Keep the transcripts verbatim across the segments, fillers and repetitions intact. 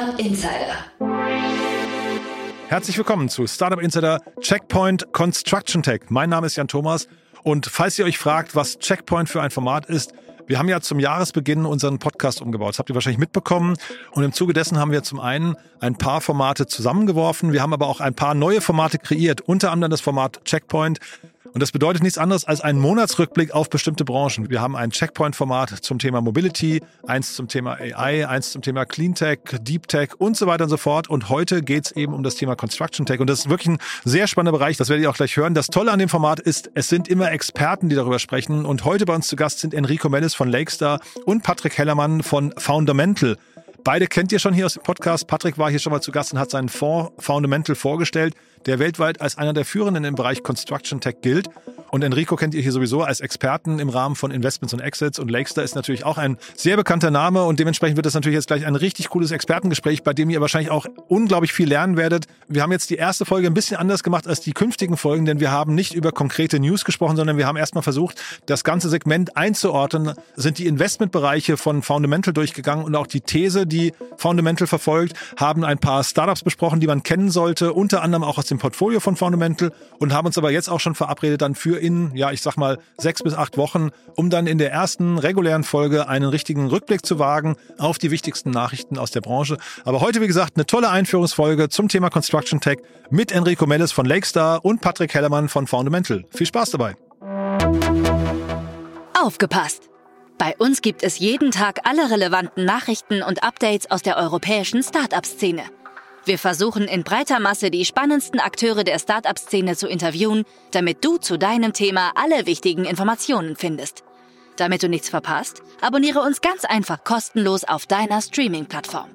Startup Insider. Herzlich willkommen zu Startup Insider Checkpoint Construction Tech. Mein Name ist Jan Thomas und falls ihr euch fragt, was Checkpoint für ein Format ist, wir haben ja zum Jahresbeginn unseren Podcast umgebaut. Das habt ihr wahrscheinlich mitbekommen. Und im Zuge dessen haben wir zum einen ein paar Formate zusammengeworfen. Wir haben aber auch ein paar neue Formate kreiert, unter anderem das Format Checkpoint. Und das bedeutet nichts anderes als einen Monatsrückblick auf bestimmte Branchen. Wir haben ein Checkpoint-Format zum Thema Mobility, eins zum Thema A I, eins zum Thema Cleantech, Deep Tech und so weiter und so fort. Und heute geht es eben um das Thema Construction Tech. Und das ist wirklich ein sehr spannender Bereich, das werdet ihr auch gleich hören. Das Tolle an dem Format ist, es sind immer Experten, die darüber sprechen. Und heute bei uns zu Gast sind Enrico Mellis von Lakestar und Patrick Hellermann von Foundamental. Beide kennt ihr schon hier aus dem Podcast. Patrick war hier schon mal zu Gast und hat seinen Fonds Foundamental vorgestellt, der weltweit als einer der Führenden im Bereich Construction Tech gilt. Und Enrico kennt ihr hier sowieso als Experten im Rahmen von Investments und Exits. Und Lakestar ist natürlich auch ein sehr bekannter Name. Und dementsprechend wird das natürlich jetzt gleich ein richtig cooles Expertengespräch, bei dem ihr wahrscheinlich auch unglaublich viel lernen werdet. Wir haben jetzt die erste Folge ein bisschen anders gemacht als die künftigen Folgen, denn wir haben nicht über konkrete News gesprochen, sondern wir haben erstmal versucht, das ganze Segment einzuordnen. Sind die Investmentbereiche von Foundamental durchgegangen und auch die These, die Foundamental verfolgt, haben ein paar Startups besprochen, die man kennen sollte, unter anderem auch aus dem Portfolio von Foundamental und haben uns aber jetzt auch schon verabredet dann für in, ja, ich sag mal, sechs bis acht Wochen, um dann in der ersten regulären Folge einen richtigen Rückblick zu wagen auf die wichtigsten Nachrichten aus der Branche. Aber heute, wie gesagt, eine tolle Einführungsfolge zum Thema Construction Tech mit Enrico Mellis von Lakestar und Patrick Hellermann von Foundamental. Viel Spaß dabei. Aufgepasst! Bei uns gibt es jeden Tag alle relevanten Nachrichten und Updates aus der europäischen Startup-Szene. Wir versuchen in breiter Masse die spannendsten Akteure der Startup-Szene zu interviewen, damit du zu deinem Thema alle wichtigen Informationen findest. Damit du nichts verpasst, abonniere uns ganz einfach kostenlos auf deiner Streaming-Plattform.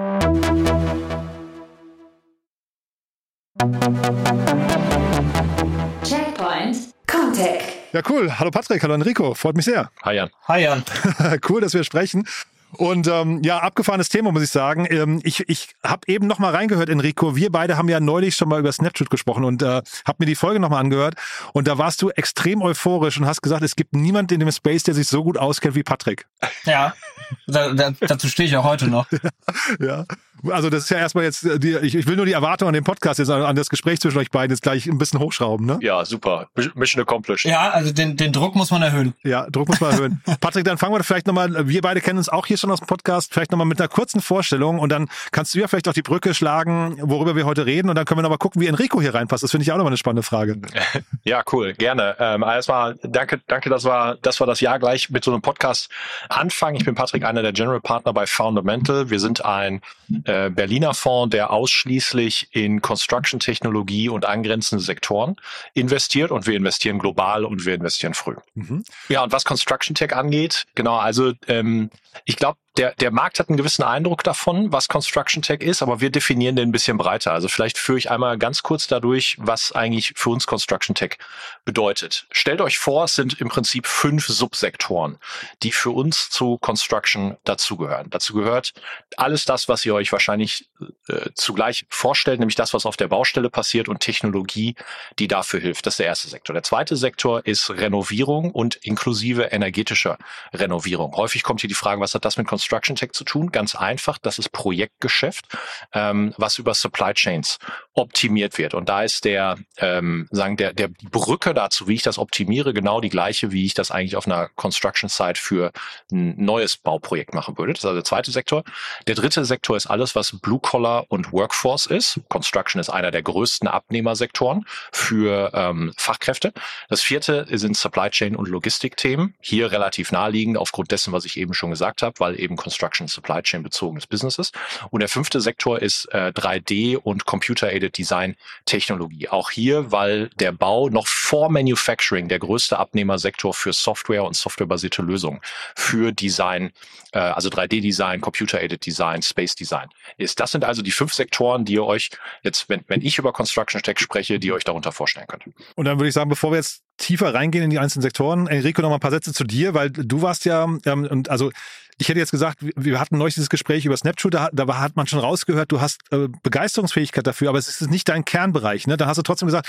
Checkpoint Comtech. Ja, cool. Hallo Patrick, hallo Enrico. Freut mich sehr. Hi Jan. Hi Jan. Cool, dass wir sprechen. Und ähm, ja, abgefahrenes Thema, muss ich sagen. Ähm, ich ich habe eben noch mal reingehört, Enrico. Wir beide haben ja neulich schon mal über Snapchat gesprochen und äh, habe mir die Folge noch mal angehört. Und da warst du extrem euphorisch und hast gesagt, es gibt niemanden in dem Space, der sich so gut auskennt wie Patrick. Ja, da, da, dazu stehe ich auch heute noch. Ja, also das ist ja erstmal jetzt, die, ich, ich will nur die Erwartung an den Podcast, jetzt an das Gespräch zwischen euch beiden jetzt gleich ein bisschen hochschrauben, ne? Ja, super. Mission accomplished. Ja, also den, den Druck muss man erhöhen. Ja, Druck muss man erhöhen. Patrick, dann fangen wir vielleicht nochmal, wir beide kennen uns auch hier schon aus dem Podcast, vielleicht nochmal mit einer kurzen Vorstellung und dann kannst du ja vielleicht auch die Brücke schlagen, worüber wir heute reden und dann können wir nochmal gucken, wie Enrico hier reinpasst. Das finde ich auch nochmal eine spannende Frage. Ja, cool, gerne. Ähm, erstmal danke, danke, dass wir, dass wir das Jahr gleich mit so einem Podcast anfangen. Ich bin Patrick, einer der General Partner bei Foundamental. Wir sind ein äh, Berliner Fonds, der ausschließlich in Construction-Technologie und angrenzende Sektoren investiert und wir investieren global und wir investieren früh. Mhm. Ja, und was Construction Tech angeht, genau, also ähm, ich glaube, Der, der Markt hat einen gewissen Eindruck davon, was Construction Tech ist, aber wir definieren den ein bisschen breiter. Also vielleicht führe ich einmal ganz kurz dadurch, was eigentlich für uns Construction Tech bedeutet. Stellt euch vor, es sind im Prinzip fünf Subsektoren, die für uns zu Construction dazugehören. Dazu gehört alles das, was ihr euch wahrscheinlich äh, zugleich vorstellt, nämlich das, was auf der Baustelle passiert und Technologie, die dafür hilft. Das ist der erste Sektor. Der zweite Sektor ist Renovierung und inklusive energetischer Renovierung. Häufig kommt hier die Frage, was hat das mit Construction Construction Tech zu tun? Ganz einfach, das ist Projektgeschäft, ähm, was über Supply Chains optimiert wird. Und da ist der, ähm, sagen der, der die Brücke dazu, wie ich das optimiere, genau die gleiche, wie ich das eigentlich auf einer Construction Site für ein neues Bauprojekt machen würde. Das ist also der zweite Sektor. Der dritte Sektor ist alles, was Blue Collar und Workforce ist. Construction ist einer der größten Abnehmersektoren für ähm, Fachkräfte. Das vierte sind Supply Chain und Logistikthemen. Hier relativ naheliegend aufgrund dessen, was ich eben schon gesagt habe, weil eben Construction Supply Chain bezogenes Business ist. Und der fünfte Sektor ist äh, drei D und Computer-Aided Design Technologie. Auch hier, weil der Bau noch vor Manufacturing der größte Abnehmersektor für Software und softwarebasierte Lösungen für Design, äh, also drei D Design, Computer-Aided Design, Space Design ist. Das sind also die fünf Sektoren, die ihr euch jetzt, wenn, wenn ich über Construction Tech spreche, die ihr euch darunter vorstellen könnt. Und dann würde ich sagen, bevor wir jetzt tiefer reingehen in die einzelnen Sektoren, Enrico, noch mal ein paar Sätze zu dir, weil du warst ja, ähm, und also ich hätte jetzt gesagt, wir hatten neulich dieses Gespräch über Snapchat, da, da hat man schon rausgehört, du hast äh, Begeisterungsfähigkeit dafür, aber es ist nicht dein Kernbereich, ne? Dann hast du trotzdem gesagt,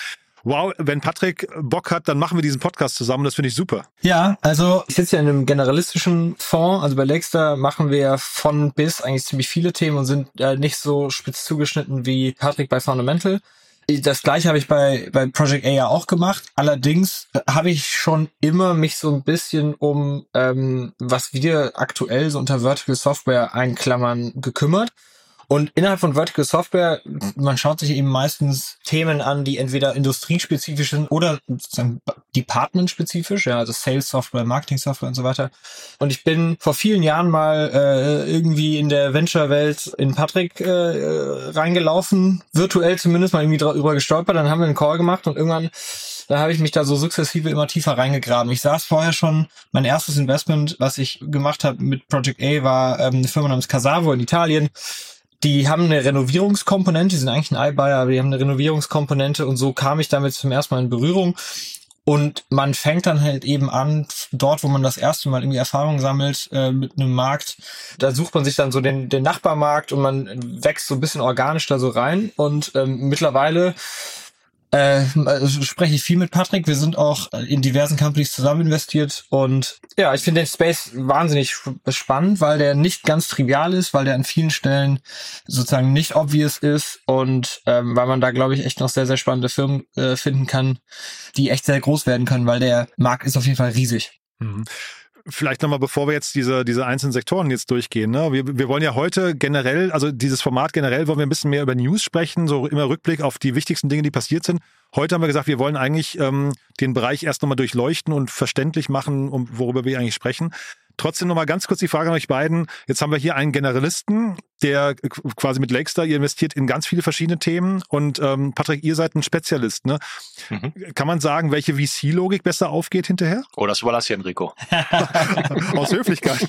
wow, wenn Patrick Bock hat, dann machen wir diesen Podcast zusammen. Das finde ich super. Ja, also ich sitze ja in einem generalistischen Fonds. Also bei Lakestar machen wir von bis eigentlich ziemlich viele Themen und sind äh, nicht so spitz zugeschnitten wie Patrick bei Fundamental. Das gleiche habe ich bei bei Project A ja auch gemacht. Allerdings habe ich schon immer mich so ein bisschen um, ähm, was wir aktuell so unter Vertical Software einklammern, gekümmert. Und innerhalb von Vertical Software, man schaut sich eben meistens Themen an, die entweder industriespezifisch sind oder sozusagen departmentspezifisch, ja, also Sales Software, Marketing Software und so weiter. Und ich bin vor vielen Jahren mal äh, irgendwie in der Venture-Welt in Patrick äh, reingelaufen, virtuell zumindest mal irgendwie drüber gestolpert, dann haben wir einen Call gemacht und irgendwann da habe ich mich da so sukzessive immer tiefer reingegraben. Ich saß vorher schon, mein erstes Investment, was ich gemacht habe mit Project A, war ähm, eine Firma namens Casavo in Italien. Die haben eine Renovierungskomponente, die sind eigentlich ein iBuyer, aber die haben eine Renovierungskomponente und so kam ich damit zum ersten Mal in Berührung. Und man fängt dann halt eben an, dort, wo man das erste Mal irgendwie Erfahrung sammelt äh, mit einem Markt, da sucht man sich dann so den, den Nachbarmarkt und man wächst so ein bisschen organisch da so rein. Und ähm, mittlerweile Äh, spreche ich viel mit Patrick. Wir sind auch in diversen Companies zusammen investiert und ja, ich finde den Space wahnsinnig spannend, weil der nicht ganz trivial ist, weil der an vielen Stellen sozusagen nicht obvious ist und ähm, weil man da, glaube ich, echt noch sehr, sehr spannende Firmen äh, finden kann, die echt sehr groß werden können, weil der Markt ist auf jeden Fall riesig. Mhm. Vielleicht nochmal, bevor wir jetzt diese diese einzelnen Sektoren jetzt durchgehen. Ne? Wir, wir wollen ja heute generell, also dieses Format generell, wollen wir ein bisschen mehr über News sprechen, so immer Rückblick auf die wichtigsten Dinge, die passiert sind. Heute haben wir gesagt, wir wollen eigentlich ähm, den Bereich erst nochmal durchleuchten und verständlich machen, um, worüber wir eigentlich sprechen. Trotzdem nochmal ganz kurz die Frage an euch beiden. Jetzt haben wir hier einen Generalisten, der quasi mit Lakestar, ihr investiert in ganz viele verschiedene Themen und ähm, Patrick, ihr seid ein Spezialist. Ne? Mhm. Kann man sagen, welche V C-Logik besser aufgeht hinterher? Oh, das überlasse ich Enrico. Aus Höflichkeit.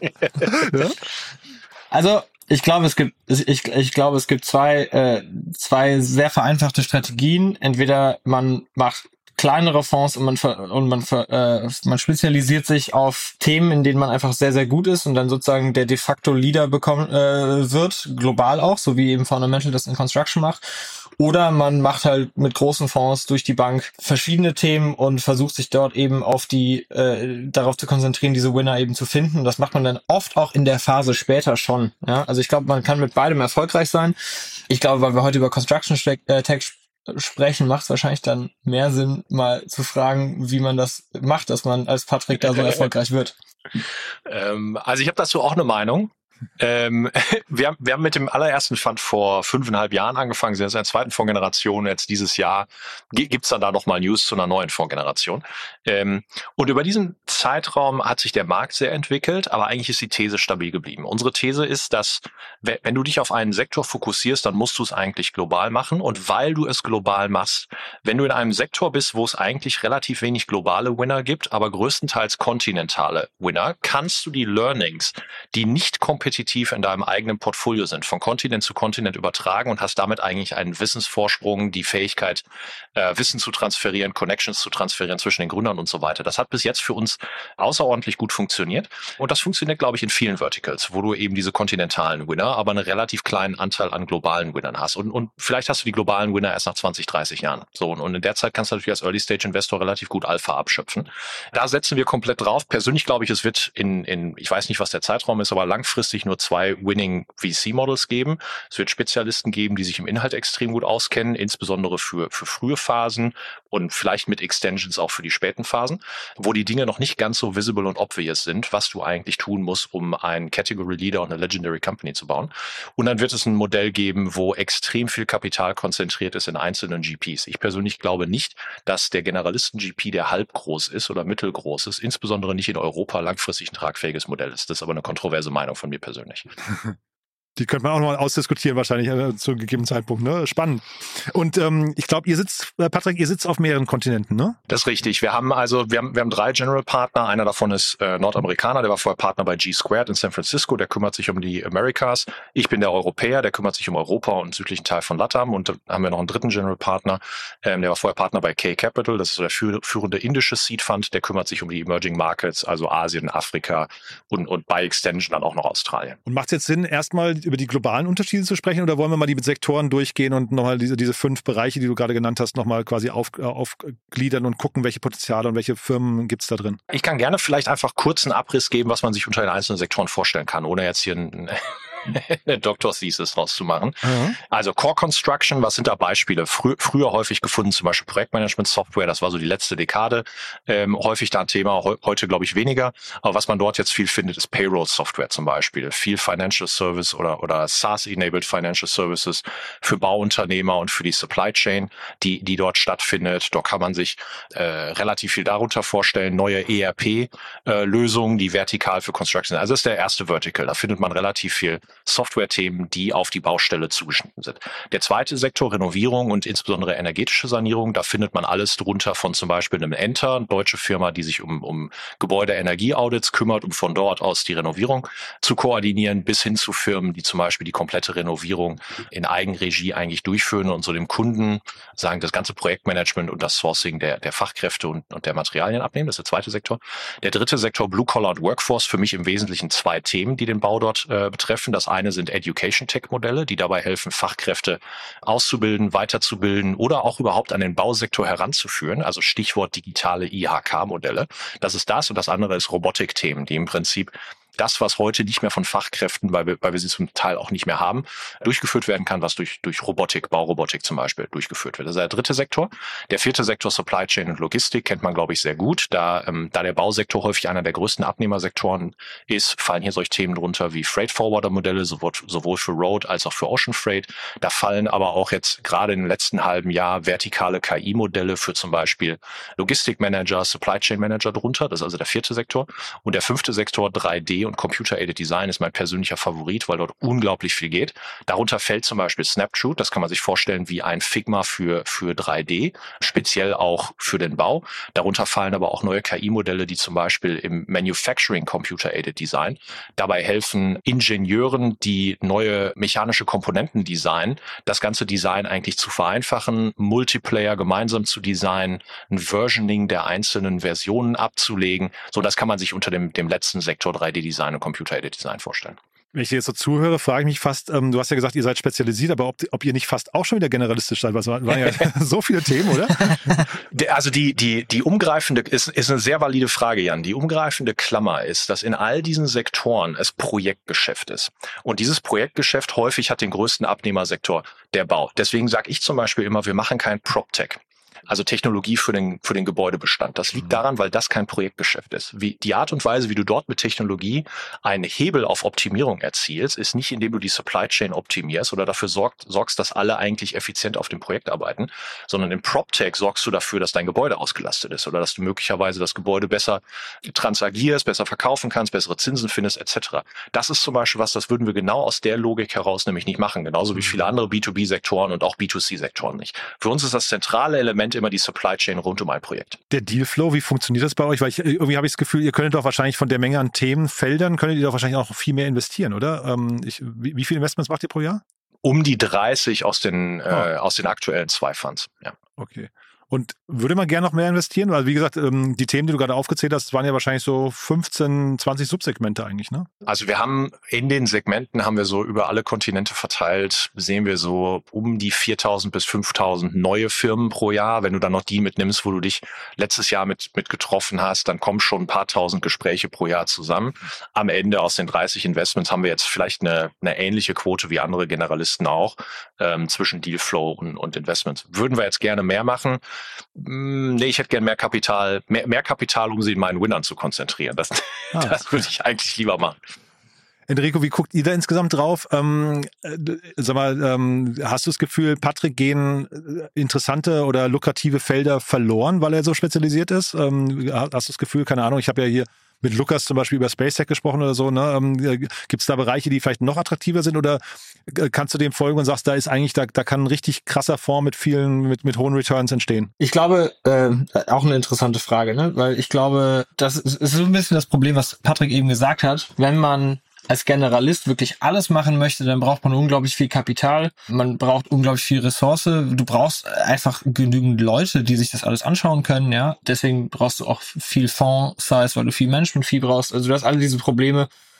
Ja? Also ich glaube, es gibt ich, ich glaube, es gibt zwei äh, zwei sehr vereinfachte Strategien. Entweder man macht kleinere Fonds und man ver, und man ver, äh, man spezialisiert sich auf Themen, in denen man einfach sehr, sehr gut ist und dann sozusagen der de facto Leader bekommen äh, wird, global auch, so wie eben Fundamental das in Construction macht. Oder man macht halt mit großen Fonds durch die Bank verschiedene Themen und versucht sich dort eben auf die äh, darauf zu konzentrieren, diese Winner eben zu finden. Das macht man dann oft auch in der Phase später schon. Ja? Also ich glaube, man kann mit beidem erfolgreich sein. Ich glaube, weil wir heute über Construction Tech sprechen, macht es wahrscheinlich dann mehr Sinn, mal zu fragen, wie man das macht, dass man als Patrick da so erfolgreich wird. Ähm, also ich habe dazu auch eine Meinung. Ähm, wir, haben, wir haben mit dem allerersten Fund vor fünfeinhalb Jahren angefangen, sind jetzt in der zweiten Fondsgeneration, jetzt dieses Jahr gibt's dann da nochmal News zu einer neuen Fondsgeneration. Ähm, und über diesen Zeitraum hat sich der Markt sehr entwickelt, aber eigentlich ist die These stabil geblieben. Unsere These ist, dass wenn du dich auf einen Sektor fokussierst, dann musst du es eigentlich global machen und weil du es global machst, wenn du in einem Sektor bist, wo es eigentlich relativ wenig globale Winner gibt, aber größtenteils kontinentale Winner, kannst du die Learnings, die nicht kompetitiv in deinem eigenen Portfolio sind, von Kontinent zu Kontinent übertragen und hast damit eigentlich einen Wissensvorsprung, die Fähigkeit, äh, Wissen zu transferieren, Connections zu transferieren zwischen den Gründern und so weiter. Das hat bis jetzt für uns außerordentlich gut funktioniert und das funktioniert, glaube ich, in vielen Verticals, wo du eben diese kontinentalen Winner, aber einen relativ kleinen Anteil an globalen Winnern hast und, und vielleicht hast du die globalen Winner erst nach zwanzig, dreißig Jahren. So, und in der Zeit kannst du natürlich als Early-Stage-Investor relativ gut Alpha abschöpfen. Da setzen wir komplett drauf. Persönlich glaube ich, es wird in, in, ich weiß nicht, was der Zeitraum ist, aber langfristig nur zwei Winning V C-Models geben. Es wird Spezialisten geben, die sich im Inhalt extrem gut auskennen, insbesondere für, für frühe Phasen und vielleicht mit Extensions auch für die späten Phasen, wo die Dinge noch nicht ganz so visible und obvious sind, was du eigentlich tun musst, um einen Category Leader und eine Legendary Company zu bauen. Und dann wird es ein Modell geben, wo extrem viel Kapital konzentriert ist in einzelnen G Ps. Ich persönlich glaube nicht, dass der Generalisten-G P, der halb groß ist oder mittelgroß ist, insbesondere nicht in Europa langfristig ein tragfähiges Modell ist. Das ist aber eine kontroverse Meinung von mir persönlich. Die könnte man auch noch mal ausdiskutieren wahrscheinlich äh, zu einem gegebenen Zeitpunkt. Ne? Spannend. Und ähm, ich glaube, ihr sitzt, äh, Patrick, ihr sitzt auf mehreren Kontinenten, ne? Das ist richtig. Wir haben also, wir haben, wir haben drei General Partner. Einer davon ist äh, Nordamerikaner, der war vorher Partner bei G Squared in San Francisco. Der kümmert sich um die Americas. Ich bin der Europäer, der kümmert sich um Europa und den südlichen Teil von LATAM. Und dann haben wir noch einen dritten General Partner, ähm, der war vorher Partner bei K Capital. Das ist so der führ- führende indische Seed Fund. Der kümmert sich um die Emerging Markets, also Asien, Afrika und, und bei Extension dann auch noch Australien. Und macht es jetzt Sinn, erstmal über die globalen Unterschiede zu sprechen oder wollen wir mal die mit Sektoren durchgehen und nochmal diese, diese fünf Bereiche, die du gerade genannt hast, nochmal quasi auf, aufgliedern und gucken, welche Potenziale und welche Firmen gibt's da drin? Ich kann gerne vielleicht einfach kurz einen Abriss geben, was man sich unter den einzelnen Sektoren vorstellen kann, ohne jetzt hier ein eine Doktor-Thesis rauszumachen. Mhm. Also Core Construction, was sind da Beispiele? Frü- früher häufig gefunden, zum Beispiel Projektmanagement-Software, das war so die letzte Dekade, ähm, häufig da ein Thema, he- heute glaube ich weniger, aber was man dort jetzt viel findet, ist Payroll-Software zum Beispiel, viel Financial Service oder, oder SaaS-enabled Financial Services für Bauunternehmer und für die Supply Chain, die, die dort stattfindet. Dort kann man sich äh, relativ viel darunter vorstellen, neue E R P-Lösungen, äh, die vertikal für Construction sind. Also das ist der erste Vertical, da findet man relativ viel Software-Themen, die auf die Baustelle zugeschnitten sind. Der zweite Sektor, Renovierung und insbesondere energetische Sanierung, da findet man alles drunter von zum Beispiel einem Enter, eine deutsche Firma, die sich um, um Gebäude-Energie-Audits kümmert, um von dort aus die Renovierung zu koordinieren, bis hin zu Firmen, die zum Beispiel die komplette Renovierung in Eigenregie eigentlich durchführen und so dem Kunden sagen, das ganze Projektmanagement und das Sourcing der, der Fachkräfte und, und der Materialien abnehmen. Das ist der zweite Sektor. Der dritte Sektor, Blue Collar und Workforce, für mich im Wesentlichen zwei Themen, die den Bau dort äh, betreffen. Das eine sind Education-Tech-Modelle, die dabei helfen, Fachkräfte auszubilden, weiterzubilden oder auch überhaupt an den Bausektor heranzuführen. Also Stichwort digitale I H K-Modelle. Das ist das. Und das andere ist Robotik-Themen, die im Prinzip das, was heute nicht mehr von Fachkräften, weil wir, weil wir sie zum Teil auch nicht mehr haben, durchgeführt werden kann, was durch, durch Robotik, Baurobotik zum Beispiel durchgeführt wird. Das ist der dritte Sektor. Der vierte Sektor, Supply Chain und Logistik, kennt man, glaube ich, sehr gut. Da, ähm, da der Bausektor häufig einer der größten Abnehmersektoren ist, fallen hier solche Themen drunter wie Freight-Forwarder-Modelle, sowohl, sowohl für Road als auch für Ocean Freight. Da fallen aber auch jetzt gerade im letzten halben Jahr vertikale K I-Modelle für zum Beispiel Logistikmanager, Supply Chain Manager drunter. Das ist also der vierte Sektor. Und der fünfte Sektor, drei D und Computer-Aided Design, ist mein persönlicher Favorit, weil dort unglaublich viel geht. Darunter fällt zum Beispiel Snapshoot, das kann man sich vorstellen wie ein Figma für, für drei D, speziell auch für den Bau. Darunter fallen aber auch neue K I-Modelle, die zum Beispiel im Manufacturing Computer-Aided Design dabei helfen, Ingenieuren, die neue mechanische Komponenten designen, das ganze Design eigentlich zu vereinfachen, Multiplayer gemeinsam zu designen, ein Versioning der einzelnen Versionen abzulegen. So, das kann man sich unter dem, dem letzten Sektor drei D-Design und Computer-Aided Design vorstellen. Wenn ich dir jetzt so zuhöre, frage ich mich fast, ähm, du hast ja gesagt, ihr seid spezialisiert, aber ob, ob ihr nicht fast auch schon wieder generalistisch seid, weil es waren ja so viele Themen, oder? Also die, die, die umgreifende, ist, ist eine sehr valide Frage, Jan. Die umgreifende Klammer ist, dass in all diesen Sektoren es Projektgeschäft ist. Und dieses Projektgeschäft häufig hat den größten Abnehmersektor der Bau. Deswegen sage ich zum Beispiel immer, wir machen kein PropTech. Also Technologie für den, für den Gebäudebestand. Das liegt daran, weil das kein Projektgeschäft ist. Wie, die Art und Weise, wie du dort mit Technologie einen Hebel auf Optimierung erzielst, ist nicht, indem du die Supply Chain optimierst oder dafür sorgt, sorgst, dass alle eigentlich effizient auf dem Projekt arbeiten, sondern im PropTech sorgst du dafür, dass dein Gebäude ausgelastet ist oder dass du möglicherweise das Gebäude besser transagierst, besser verkaufen kannst, bessere Zinsen findest, et cetera. Das ist zum Beispiel was, das würden wir genau aus der Logik heraus nämlich nicht machen, genauso wie viele andere B zwei B-Sektoren und auch B zwei C-Sektoren nicht. Für uns ist das zentrale Element immer die Supply Chain rund um ein Projekt. Der Dealflow, wie funktioniert das bei euch? Weil ich, irgendwie habe ich das Gefühl, ihr könntet doch wahrscheinlich von der Menge an Themenfeldern, könntet ihr doch wahrscheinlich auch viel mehr investieren, oder? Ähm, ich, wie, wie viele Investments macht ihr pro Jahr? Um die dreißig aus den, oh. äh, aus den aktuellen zwei Funds. Ja. Okay. Und würde man gerne noch mehr investieren? Weil, wie gesagt, die Themen, die du gerade aufgezählt hast, waren ja wahrscheinlich so fünfzehn, zwanzig Subsegmente eigentlich, ne? Also wir haben in den Segmenten, haben wir so über alle Kontinente verteilt, sehen wir so um die viertausend bis fünftausend neue Firmen pro Jahr. Wenn du dann noch die mitnimmst, wo du dich letztes Jahr mit, mit getroffen hast, dann kommen schon ein paar tausend Gespräche pro Jahr zusammen. Am Ende aus den dreißig Investments haben wir jetzt vielleicht eine, eine ähnliche Quote wie andere Generalisten auch, ähm, zwischen Dealflow und, und Investments. Würden wir jetzt gerne mehr machen? Nee, ich hätte gern mehr Kapital, mehr, mehr Kapital, um sie in meinen Winnern zu konzentrieren. Das, ah. das würde ich eigentlich lieber machen. Enrico, wie guckt ihr da insgesamt drauf? Ähm, äh, sag mal, ähm, hast du das Gefühl, Patrick, gehen interessante oder lukrative Felder verloren, weil er so spezialisiert ist? Ähm, hast du das Gefühl, keine Ahnung, ich habe ja hier mit Lukas zum Beispiel über SpaceTech gesprochen oder so, ne? Ähm, gibt es da Bereiche, die vielleicht noch attraktiver sind oder kannst du dem folgen und sagst, da ist eigentlich, da, da kann ein richtig krasser Fonds mit vielen, mit, mit hohen Returns entstehen? Ich glaube, äh, auch eine interessante Frage, ne? Weil ich glaube, das ist, ist so ein bisschen das Problem, was Patrick eben gesagt hat. Wenn man als Generalist wirklich alles machen möchte, dann braucht man unglaublich viel Kapital. Man braucht unglaublich viel Ressource. Du brauchst einfach genügend Leute, die sich das alles anschauen können, ja. Deswegen brauchst du auch viel Fonds-Size, weil du viel Management-Fee brauchst. Also du hast alle diese Probleme.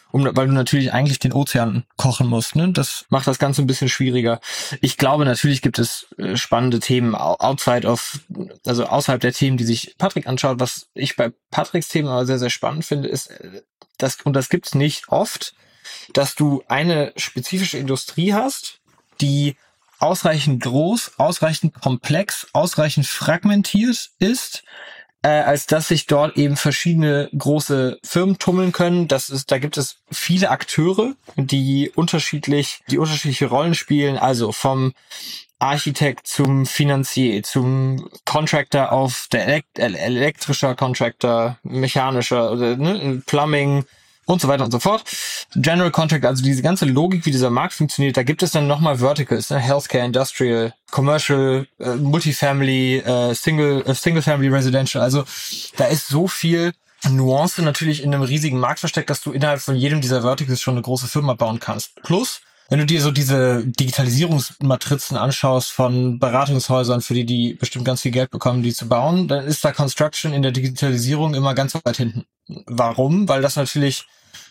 um, weil du natürlich eigentlich den Ozean kochen musst. Ne? Das macht das Ganze ein bisschen schwieriger. Ich glaube, natürlich gibt es äh, spannende Themen outside of, also außerhalb der Themen, die sich Patrick anschaut. Was ich bei Patricks Themen aber sehr, sehr spannend finde, ist, dass, und das gibt's nicht oft, dass du eine spezifische Industrie hast, die ausreichend groß, ausreichend komplex, ausreichend fragmentiert ist, äh, als dass sich dort eben verschiedene große Firmen tummeln können. Das ist, da gibt es viele Akteure, die unterschiedlich, die unterschiedliche Rollen spielen, also vom Architekt zum Finanzier, zum Contractor auf der Elekt- elektrischer Contractor, mechanischer, oder, ne, Plumbing und so weiter und so fort. General Contractor, also diese ganze Logik, wie dieser Markt funktioniert, da gibt es dann nochmal Verticals, ne? Healthcare, Industrial, Commercial, äh, Multifamily, äh, Single, äh, Single Family Residential. Also da ist so viel Nuance natürlich in einem riesigen Markt versteckt, dass du innerhalb von jedem dieser Verticals schon eine große Firma bauen kannst. Plus, wenn du dir so diese Digitalisierungsmatrizen anschaust von Beratungshäusern, für die die bestimmt ganz viel Geld bekommen, die zu bauen, dann ist da Construction in der Digitalisierung immer ganz weit hinten. Warum? Weil das natürlich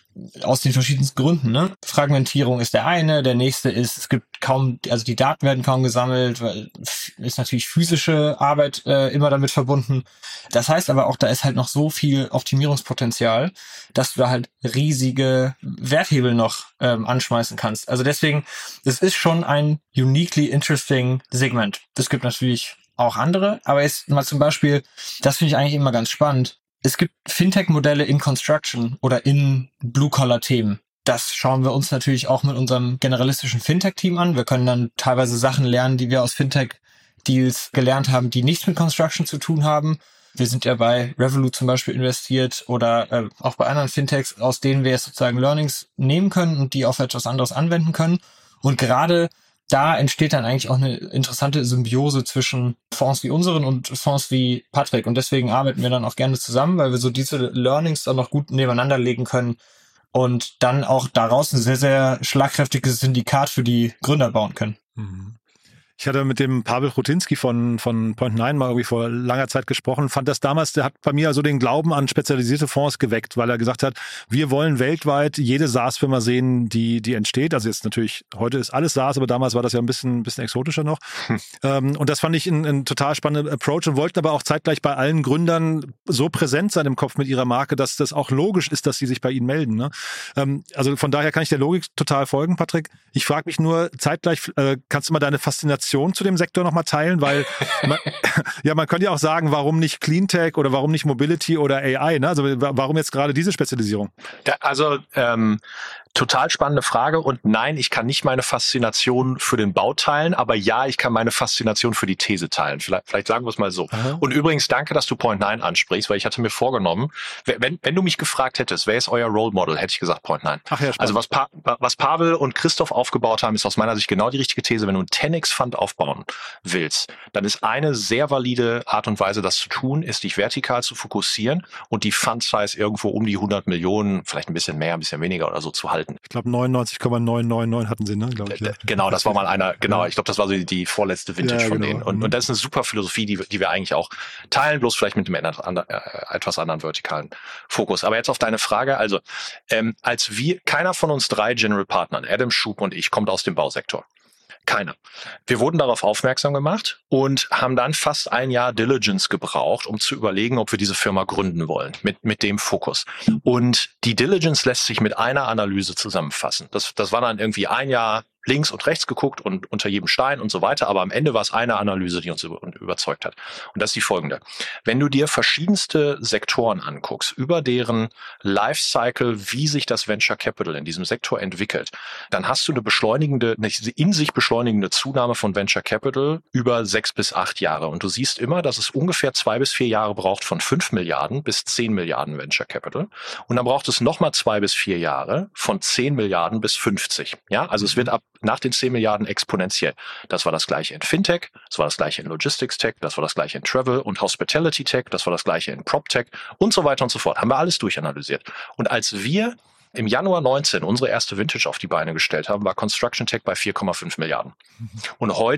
aus den verschiedensten Gründen, ne? Fragmentierung ist der eine, der nächste ist, es gibt kaum, also die Daten werden kaum gesammelt, weil ist natürlich physische Arbeit äh, immer damit verbunden. Das heißt aber auch, da ist halt noch so viel Optimierungspotenzial, dass du da halt riesige Werthebel noch ähm, anschmeißen kannst. Also deswegen, es ist schon ein uniquely interesting Segment. Es gibt natürlich auch andere, aber jetzt mal zum Beispiel, das finde ich eigentlich immer ganz spannend. Es gibt Fintech-Modelle in Construction oder in Blue-Collar-Themen. Das schauen wir uns natürlich auch mit unserem generalistischen Fintech-Team an. Wir können dann teilweise Sachen lernen, die wir aus Fintech-Deals gelernt haben, die nichts mit Construction zu tun haben. Wir sind ja bei Revolut zum Beispiel investiert oder äh, auch bei anderen Fintechs, aus denen wir jetzt sozusagen Learnings nehmen können und die auf etwas anderes anwenden können. Und gerade da entsteht dann eigentlich auch eine interessante Symbiose zwischen Fonds wie unseren und Fonds wie Patrick. Und deswegen arbeiten wir dann auch gerne zusammen, weil wir so diese Learnings dann noch gut nebeneinander legen können und dann auch daraus ein sehr, sehr schlagkräftiges Syndikat für die Gründer bauen können. Mhm. Ich hatte mit dem Pavel Rutinski von, von Point neun mal irgendwie vor langer Zeit gesprochen, fand das damals, der hat bei mir also den Glauben an spezialisierte Fonds geweckt, weil er gesagt hat, wir wollen weltweit jede SaaS-Firma sehen, die, die entsteht. Also jetzt natürlich, heute ist alles SaaS, aber damals war das ja ein bisschen, ein bisschen exotischer noch. Hm. Ähm, und das fand ich ein, ein total spannender Approach und wollten aber auch zeitgleich bei allen Gründern so präsent sein im Kopf mit ihrer Marke, dass das auch logisch ist, dass sie sich bei ihnen melden. Ne? Ähm, also von daher kann ich der Logik total folgen, Patrick. Ich frage mich nur zeitgleich, äh, kannst du mal deine Faszination zu dem Sektor nochmal teilen, weil man, ja, man könnte ja auch sagen, warum nicht Cleantech oder warum nicht Mobility oder A I, ne? Also warum jetzt gerade diese Spezialisierung? Ja, also ähm, total spannende Frage und nein, ich kann nicht meine Faszination für den Bau teilen, aber ja, ich kann meine Faszination für die These teilen. Vielleicht, vielleicht sagen wir es mal so. Aha. Und übrigens, danke, dass du Point neun ansprichst, weil ich hatte mir vorgenommen, wenn, wenn du mich gefragt hättest, wer ist euer Role Model, hätte ich gesagt Point neun. Ach ja, also was, pa- was Pavel und Christoph aufgebaut haben, ist aus meiner Sicht genau die richtige These. Wenn du einen zehn X Fund aufbauen willst, dann ist eine sehr valide Art und Weise, das zu tun, ist dich vertikal zu fokussieren und die Fund Size irgendwo um die hundert Millionen, vielleicht ein bisschen mehr, ein bisschen weniger oder so zu halten. Ich glaube neunundneunzig Komma neun neun neun hatten sie, ne? Glaub ich, ja. Genau, das war mal einer, genau, ich glaube, das war so die, die vorletzte Vintage ja, von genau. denen. Und, und das ist eine super Philosophie, die, die wir eigentlich auch teilen, bloß vielleicht mit einem etwas anderen vertikalen Fokus. Aber jetzt auf deine Frage, also ähm, als wir, keiner von uns drei General Partnern, Adam, Schub und ich, kommt aus dem Bausektor. Keiner. Wir wurden darauf aufmerksam gemacht und haben dann fast ein Jahr Diligence gebraucht, um zu überlegen, ob wir diese Firma gründen wollen, mit, mit dem Fokus. Und die Diligence lässt sich mit einer Analyse zusammenfassen. Das, das war dann irgendwie ein Jahr links und rechts geguckt und unter jedem Stein und so weiter, aber am Ende war es eine Analyse, die uns über, überzeugt hat. Und das ist die folgende. Wenn du dir verschiedenste Sektoren anguckst, über deren Lifecycle, wie sich das Venture Capital in diesem Sektor entwickelt, dann hast du eine beschleunigende, eine in sich beschleunigende Zunahme von Venture Capital über sechs bis acht Jahre. Und du siehst immer, dass es ungefähr zwei bis vier Jahre braucht von fünf Milliarden bis zehn Milliarden Venture Capital. Und dann braucht es nochmal zwei bis vier Jahre von zehn Milliarden bis fünfzig. Ja, also es wird ab nach den zehn Milliarden exponentiell. Das war das gleiche in Fintech, das war das gleiche in Logistics Tech, das war das gleiche in Travel und Hospitality Tech, das war das gleiche in Prop Tech und so weiter und so fort. Haben wir alles durchanalysiert. Und als wir im Januar neunzehn unsere erste Vintage auf die Beine gestellt haben, war Construction Tech bei vier Komma fünf Milliarden. Und heute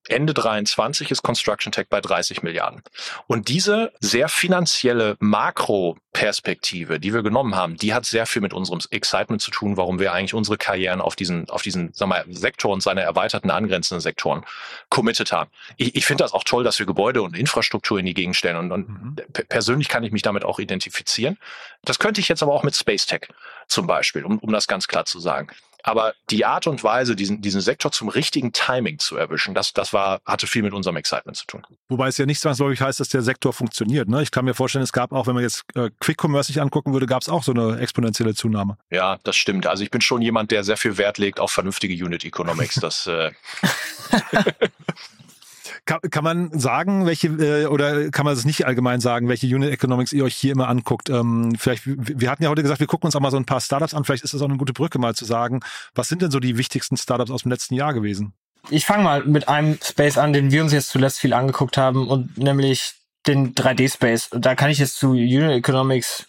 Ende dreiundzwanzig ist Construction Tech bei dreißig Milliarden. Und diese sehr finanzielle Makroperspektive, die wir genommen haben, die hat sehr viel mit unserem Excitement zu tun, warum wir eigentlich unsere Karrieren auf diesen, auf diesen, sagen wir mal, Sektor und seine erweiterten angrenzenden Sektoren committed haben. Ich, ich finde das auch toll, dass wir Gebäude und Infrastruktur in die Gegend stellen und, und mhm. persönlich kann ich mich damit auch identifizieren. Das könnte ich jetzt aber auch mit Space Tech zum Beispiel, um, um das ganz klar zu sagen. Aber die Art und Weise, diesen, diesen Sektor zum richtigen Timing zu erwischen, das, das war, hatte viel mit unserem Excitement zu tun. Wobei es ja nicht zwangsläufig heißt, dass der Sektor funktioniert. Ne? Ich kann mir vorstellen, es gab auch, wenn man jetzt äh, Quick Commerce sich angucken würde, gab es auch so eine exponentielle Zunahme. Ja, das stimmt. Also ich bin schon jemand, der sehr viel Wert legt auf vernünftige Unit Economics. Das äh Kann, kann man sagen, welche, äh, oder kann man das nicht allgemein sagen, welche Unit Economics ihr euch hier immer anguckt? Ähm, vielleicht, wir hatten ja heute gesagt, wir gucken uns auch mal so ein paar Startups an. Vielleicht ist das auch eine gute Brücke, mal zu sagen, was sind denn so die wichtigsten Startups aus dem letzten Jahr gewesen? Ich fange mal mit einem Space an, den wir uns jetzt zuletzt viel angeguckt haben, und nämlich den drei D-Space. Da kann ich jetzt zu Unit Economics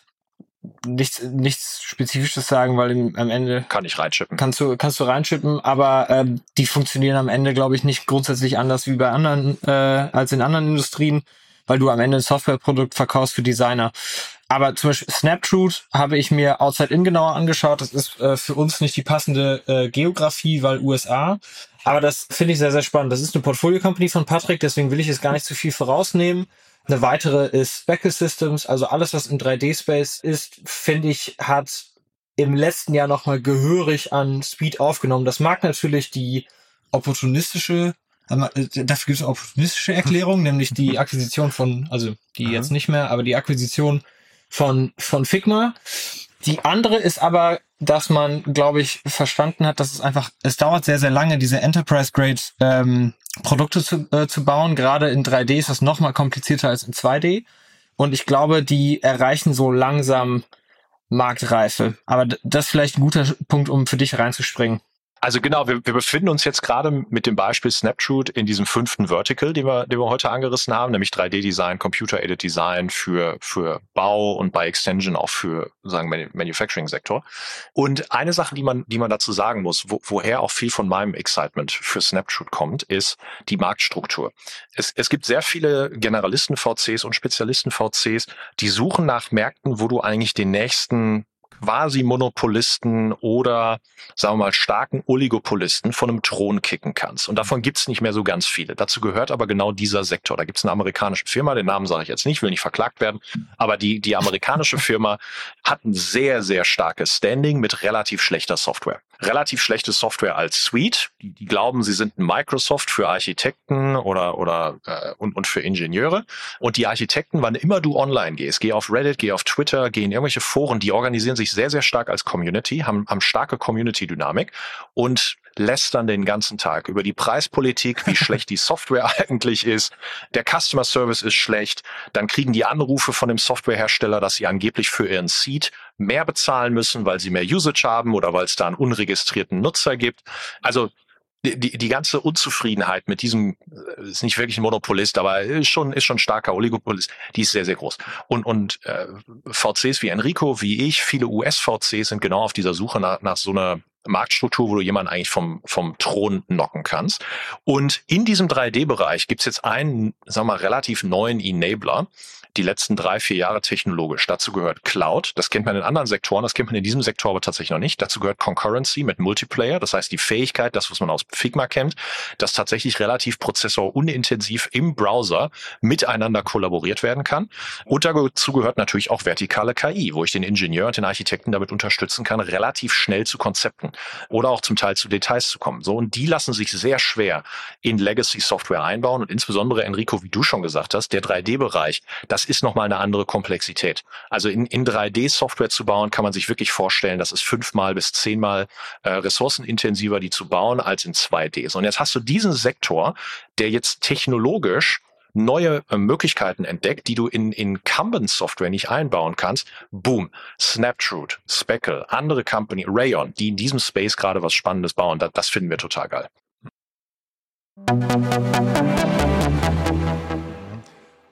nichts nichts Spezifisches sagen, weil im, am Ende kann ich reinschippen. Kannst du kannst du reinschippen, aber ähm, die funktionieren am Ende, glaube ich, nicht grundsätzlich anders wie bei anderen äh, als in anderen Industrien, weil du am Ende ein Softwareprodukt verkaufst für Designer. Aber zum Beispiel Snaptrude habe ich mir Outside In genauer angeschaut. Das ist äh, für uns nicht die passende äh, Geografie, weil U S A. Aber das finde ich sehr, sehr spannend. Das ist eine Portfolio-Company von Patrick, deswegen will ich jetzt gar nicht zu viel vorausnehmen. Eine weitere ist Speckle Systems, also alles, was im drei D-Space ist, finde ich, hat im letzten Jahr nochmal gehörig an Speed aufgenommen. Das mag natürlich die opportunistische, dafür gibt es eine opportunistische Erklärung, nämlich die Akquisition von, also die mhm. jetzt nicht mehr, aber die Akquisition von, von Figma. Die andere ist aber, dass man, glaube ich, verstanden hat, dass es einfach, es dauert sehr, sehr lange, diese Enterprise-Grade ähm, Produkte zu, äh, zu bauen. Gerade in drei D ist das noch mal komplizierter als in zwei D. Und ich glaube, die erreichen so langsam Marktreife. Aber d- das ist vielleicht ein guter Punkt, um für dich reinzuspringen. Also genau, wir, wir befinden uns jetzt gerade mit dem Beispiel Snaptrude in diesem fünften Vertical, den wir, den wir heute angerissen haben, nämlich drei D-Design, Computer-Aided Design für, für Bau und bei Extension auch für, sagen wir, Manufacturing-Sektor. Und eine Sache, die man, die man dazu sagen muss, wo, woher auch viel von meinem Excitement für Snaptrude kommt, ist die Marktstruktur. Es, es gibt sehr viele Generalisten-V Cs und Spezialisten-V Cs, die suchen nach Märkten, wo du eigentlich den nächsten quasi Monopolisten oder, sagen wir mal, starken Oligopolisten von einem Thron kicken kannst. Und davon gibt's nicht mehr so ganz viele. Dazu gehört aber genau dieser Sektor. Da gibt's eine amerikanische Firma, den Namen sage ich jetzt nicht, will nicht verklagt werden, aber die, die amerikanische Firma hat ein sehr, sehr starkes Standing mit relativ schlechter Software. Relativ schlechte Software als Suite. Die, die glauben, sie sind ein Microsoft für Architekten oder oder äh, und, und für Ingenieure. Und die Architekten, wann immer du online gehst, geh auf Reddit, geh auf Twitter, geh in irgendwelche Foren, die organisieren sich sehr, sehr stark als Community, haben, haben starke Community-Dynamik und lästern den ganzen Tag über die Preispolitik, wie schlecht die Software eigentlich ist. Der Customer Service ist schlecht. Dann kriegen die Anrufe von dem Softwarehersteller, dass sie angeblich für ihren Seed mehr bezahlen müssen, weil sie mehr Usage haben oder weil es da einen unregistrierten Nutzer gibt. Also die, die ganze Unzufriedenheit mit diesem, ist nicht wirklich ein Monopolist, aber ist schon, ist schon starker Oligopolist, die ist sehr, sehr groß. Und, und äh, V Cs wie Enrico, wie ich, viele U S-V Cs sind genau auf dieser Suche nach, nach so einer Marktstruktur, wo du jemanden eigentlich vom, vom Thron knocken kannst. Und in diesem drei D-Bereich gibt's jetzt einen, sagen wir mal, relativ neuen Enabler, die letzten drei, vier Jahre technologisch. Dazu gehört Cloud. Das kennt man in anderen Sektoren, das kennt man in diesem Sektor aber tatsächlich noch nicht. Dazu gehört Concurrency mit Multiplayer. Das heißt, die Fähigkeit, das, was man aus Figma kennt, dass tatsächlich relativ prozessorunintensiv im Browser miteinander kollaboriert werden kann. Und dazu gehört natürlich auch vertikale K I, wo ich den Ingenieur und den Architekten damit unterstützen kann, relativ schnell zu Konzepten oder auch zum Teil zu Details zu kommen. So, und die lassen sich sehr schwer in Legacy-Software einbauen. Und insbesondere, Enrico, wie du schon gesagt hast, der drei D-Bereich, das ist nochmal eine andere Komplexität. Also in, in drei D-Software zu bauen, kann man sich wirklich vorstellen, das ist fünfmal bis zehnmal äh, ressourcenintensiver, die zu bauen, als in zwei D. So, und jetzt hast du diesen Sektor, der jetzt technologisch neue äh, Möglichkeiten entdeckt, die du in Incumbent-Software nicht einbauen kannst. Boom. Snaptrude, Speckle, andere Company, Rayon, die in diesem Space gerade was Spannendes bauen. Das, das finden wir total geil.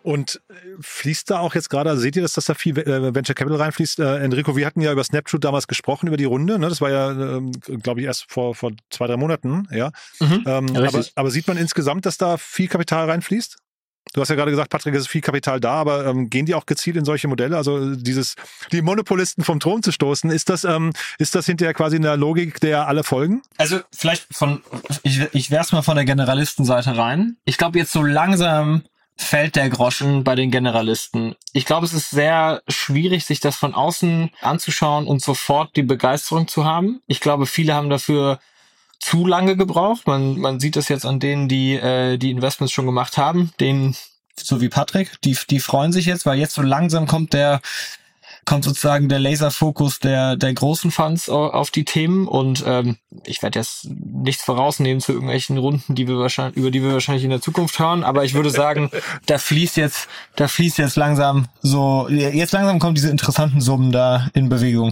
Und fließt da auch jetzt gerade, also seht ihr, dass, dass da viel äh, Venture Capital reinfließt? Äh, Enrico, wir hatten ja über Snapshot damals gesprochen, über die Runde. Ne? Das war ja, ähm, glaube ich, erst vor, vor zwei, drei Monaten. Ja. Mhm, ähm, aber, aber sieht man insgesamt, dass da viel Kapital reinfließt? Du hast ja gerade gesagt, Patrick, es ist viel Kapital da, aber ähm, gehen die auch gezielt in solche Modelle? Also dieses, die Monopolisten vom Thron zu stoßen, ist das, ähm, ist das hinterher quasi in der Logik, der alle folgen? Also vielleicht von, ich, ich werf's mal von der Generalistenseite rein. Ich glaube, jetzt so langsam fällt der Groschen bei den Generalisten. Ich glaube, es ist sehr schwierig, sich das von außen anzuschauen und sofort die Begeisterung zu haben. Ich glaube, viele haben dafür zu lange gebraucht. Man, man sieht das jetzt an denen, die äh, die Investments schon gemacht haben, denen, so wie Patrick, die, die freuen sich jetzt, weil jetzt so langsam kommt der kommt sozusagen der Laserfokus der der großen Funds auf die Themen und ähm, ich werde jetzt nichts vorausnehmen zu irgendwelchen Runden, die wir wahrscheinlich über die wir wahrscheinlich in der Zukunft hören, aber ich würde sagen, da fließt jetzt da fließt jetzt langsam so jetzt langsam kommen diese interessanten Summen da in Bewegung.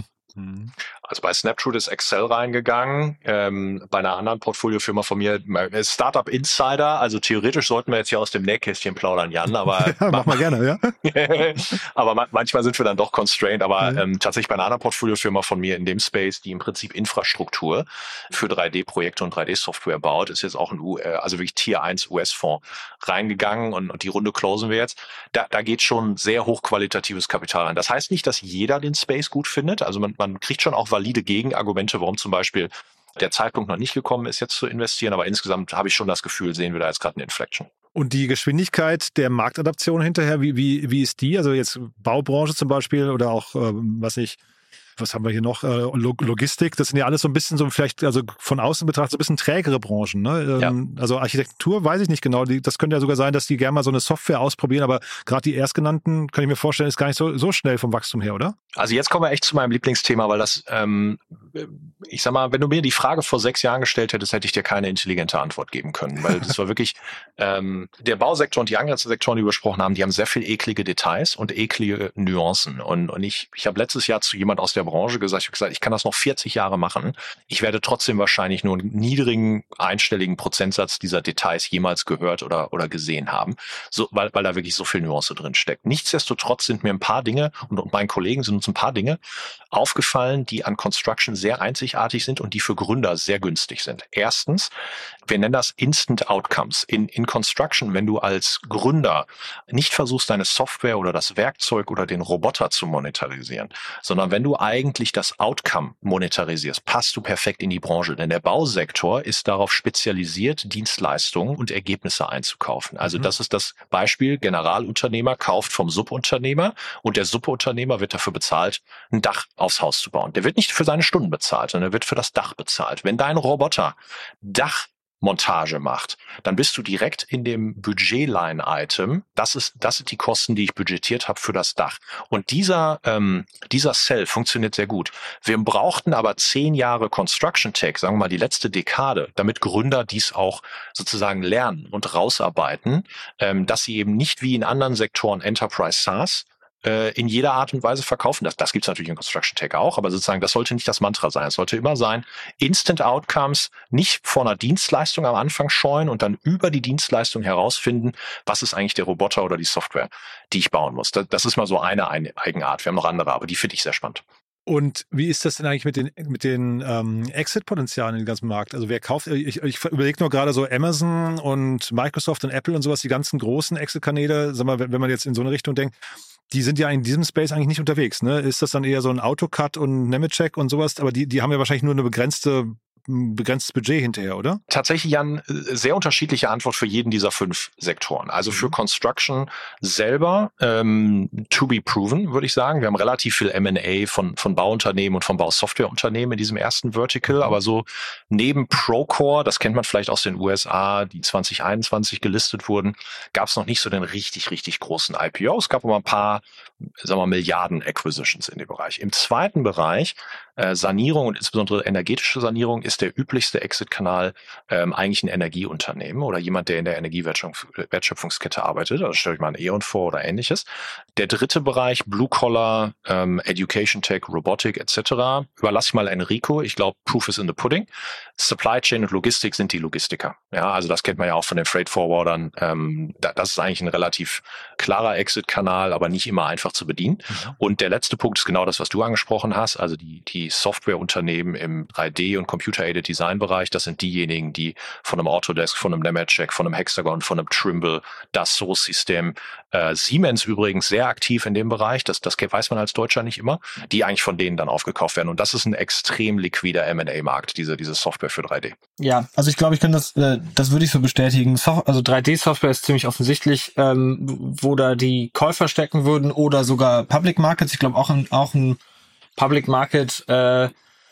Also bei Snapshot ist Excel reingegangen, ähm, bei einer anderen Portfoliofirma von mir, Startup Insider, also theoretisch sollten wir jetzt hier aus dem Nähkästchen plaudern, Jan, aber ja, mach mal gerne, ja. aber ma- manchmal sind wir dann doch constrained, aber mhm. ähm, tatsächlich bei einer anderen Portfoliofirma von mir in dem Space, die im Prinzip Infrastruktur für drei D-Projekte und drei D-Software baut, ist jetzt auch ein U, äh, also wirklich Tier eins U S-Fonds reingegangen und, und die Runde closen wir jetzt. Da, da geht schon sehr hochqualitatives Kapital rein. Das heißt nicht, dass jeder den Space gut findet, also man, man kriegt schon auch valide Gegenargumente, warum zum Beispiel der Zeitpunkt noch nicht gekommen ist, jetzt zu investieren. Aber insgesamt habe ich schon das Gefühl, sehen wir da jetzt gerade eine Inflection. Und die Geschwindigkeit der Marktadaption hinterher, wie, wie, wie ist die? Also jetzt Baubranche zum Beispiel oder auch, ähm, was ich, was haben wir hier noch? Äh, Logistik, das sind ja alles so ein bisschen so vielleicht, also von außen betrachtet, so ein bisschen trägere Branchen. Ne? Ähm, ja. Also Architektur weiß ich nicht genau. Die, das könnte ja sogar sein, dass die gerne mal so eine Software ausprobieren, aber gerade die erstgenannten, kann ich mir vorstellen, ist gar nicht so, so schnell vom Wachstum her, oder? Also jetzt kommen wir echt zu meinem Lieblingsthema, weil das, ähm, ich sag mal, wenn du mir die Frage vor sechs Jahren gestellt hättest, hätte ich dir keine intelligente Antwort geben können, weil das war wirklich, ähm, der Bausektor und die angrenzenden Sektoren, die wir besprochen haben, die haben sehr viel eklige Details und eklige Nuancen. Und, und ich, ich habe letztes Jahr zu jemand aus der Branche gesagt, ich habe gesagt, ich kann das noch vierzig Jahre machen. Ich werde trotzdem wahrscheinlich nur einen niedrigen, einstelligen Prozentsatz dieser Details jemals gehört oder, oder gesehen haben, so, weil, weil da wirklich so viel Nuance drin steckt. Nichtsdestotrotz sind mir ein paar Dinge und, und meinen Kollegen sind uns ein paar Dinge aufgefallen, die an Construction sehr einzigartig sind und die für Gründer sehr günstig sind. Erstens, wir nennen das Instant Outcomes. In, in Construction, wenn du als Gründer nicht versuchst, deine Software oder das Werkzeug oder den Roboter zu monetarisieren, sondern wenn du eigentlich das Outcome monetarisierst, passt du perfekt in die Branche. Denn der Bausektor ist darauf spezialisiert, Dienstleistungen und Ergebnisse einzukaufen. Also mhm. das ist das Beispiel, Generalunternehmer kauft vom Subunternehmer und der Subunternehmer wird dafür bezahlt, ein Dach aufs Haus zu bauen. Der wird nicht für seine Stunden bezahlt, sondern er wird für das Dach bezahlt. Wenn dein Roboter Dach Montage macht, dann bist du direkt in dem Budget-Line-Item. Das ist, das sind die Kosten, die ich budgetiert habe für das Dach. Und dieser, ähm, dieser Cell funktioniert sehr gut. Wir brauchten aber zehn Jahre Construction Tech, sagen wir mal die letzte Dekade, damit Gründer dies auch sozusagen lernen und rausarbeiten, ähm, dass sie eben nicht wie in anderen Sektoren Enterprise SaaS in jeder Art und Weise verkaufen. Das, das gibt es natürlich in Construction Tech auch, aber sozusagen, das sollte nicht das Mantra sein. Es sollte immer sein, Instant Outcomes, nicht vor einer Dienstleistung am Anfang scheuen und dann über die Dienstleistung herausfinden, was ist eigentlich der Roboter oder die Software, die ich bauen muss. Das, das ist mal so eine, eine Eigenart. Wir haben noch andere, aber die finde ich sehr spannend. Und wie ist das denn eigentlich mit den mit den ähm, Exit-Potenzialen in dem ganzen Markt? Also wer kauft, ich, ich überlege nur gerade so Amazon und Microsoft und Apple und sowas, die ganzen großen Exit-Kanäle, sag mal, wenn, wenn man jetzt in so eine Richtung denkt, die sind ja in diesem Space eigentlich nicht unterwegs, ne? Ist das dann eher so ein AutoCAD und Nemetschek und sowas? Aber die, die haben ja wahrscheinlich nur eine begrenzte ein begrenztes Budget hinterher, oder? Tatsächlich, Jan, sehr unterschiedliche Antwort für jeden dieser fünf Sektoren. Also für Construction selber ähm, to be proven, würde ich sagen. Wir haben relativ viel M and A von von Bauunternehmen und von Bausoftwareunternehmen in diesem ersten Vertical, aber so neben Procore, das kennt man vielleicht aus den U S A, die zwanzig einundzwanzig gelistet wurden, gab es noch nicht so den richtig, richtig großen I P O. Es gab aber ein paar, sagen wir mal, Milliarden Acquisitions in dem Bereich. Im zweiten Bereich, äh, Sanierung und insbesondere energetische Sanierung, ist ist der üblichste Exit-Kanal ähm, eigentlich ein Energieunternehmen oder jemand, der in der Energiewertschöpfungskette arbeitet. Also stell euch mal ein E.ON vor oder ähnliches. Der dritte Bereich, Blue-Collar, ähm, Education Tech, Robotik et cetera. Überlasse ich mal Enrico. Ich glaube, Proof is in the pudding. Supply Chain und Logistik sind die Logistiker. Ja, also das kennt man ja auch von den Freight Forwardern. Ähm, da, das ist eigentlich ein relativ klarer Exit-Kanal, aber nicht immer einfach zu bedienen. Mhm. Und der letzte Punkt ist genau das, was du angesprochen hast. Also die, die Softwareunternehmen im drei D- und Computer-Aided Design-Bereich, das sind diejenigen, die von einem Autodesk, von einem Nemetschek, von einem Hexagon, von einem Trimble, das Source-System, äh, Siemens übrigens sehr aktiv in dem Bereich, das, das weiß man als Deutscher nicht immer, die eigentlich von denen dann aufgekauft werden. Und das ist ein extrem liquider M and A-Markt, diese, diese Software für drei D. Ja, also ich glaube, ich kann das, äh, das würde ich so bestätigen. So, also drei D-Software ist ziemlich offensichtlich, ähm, wo da die Käufer stecken würden oder sogar Public Markets. Ich glaube auch ein, auch ein Public Market, äh,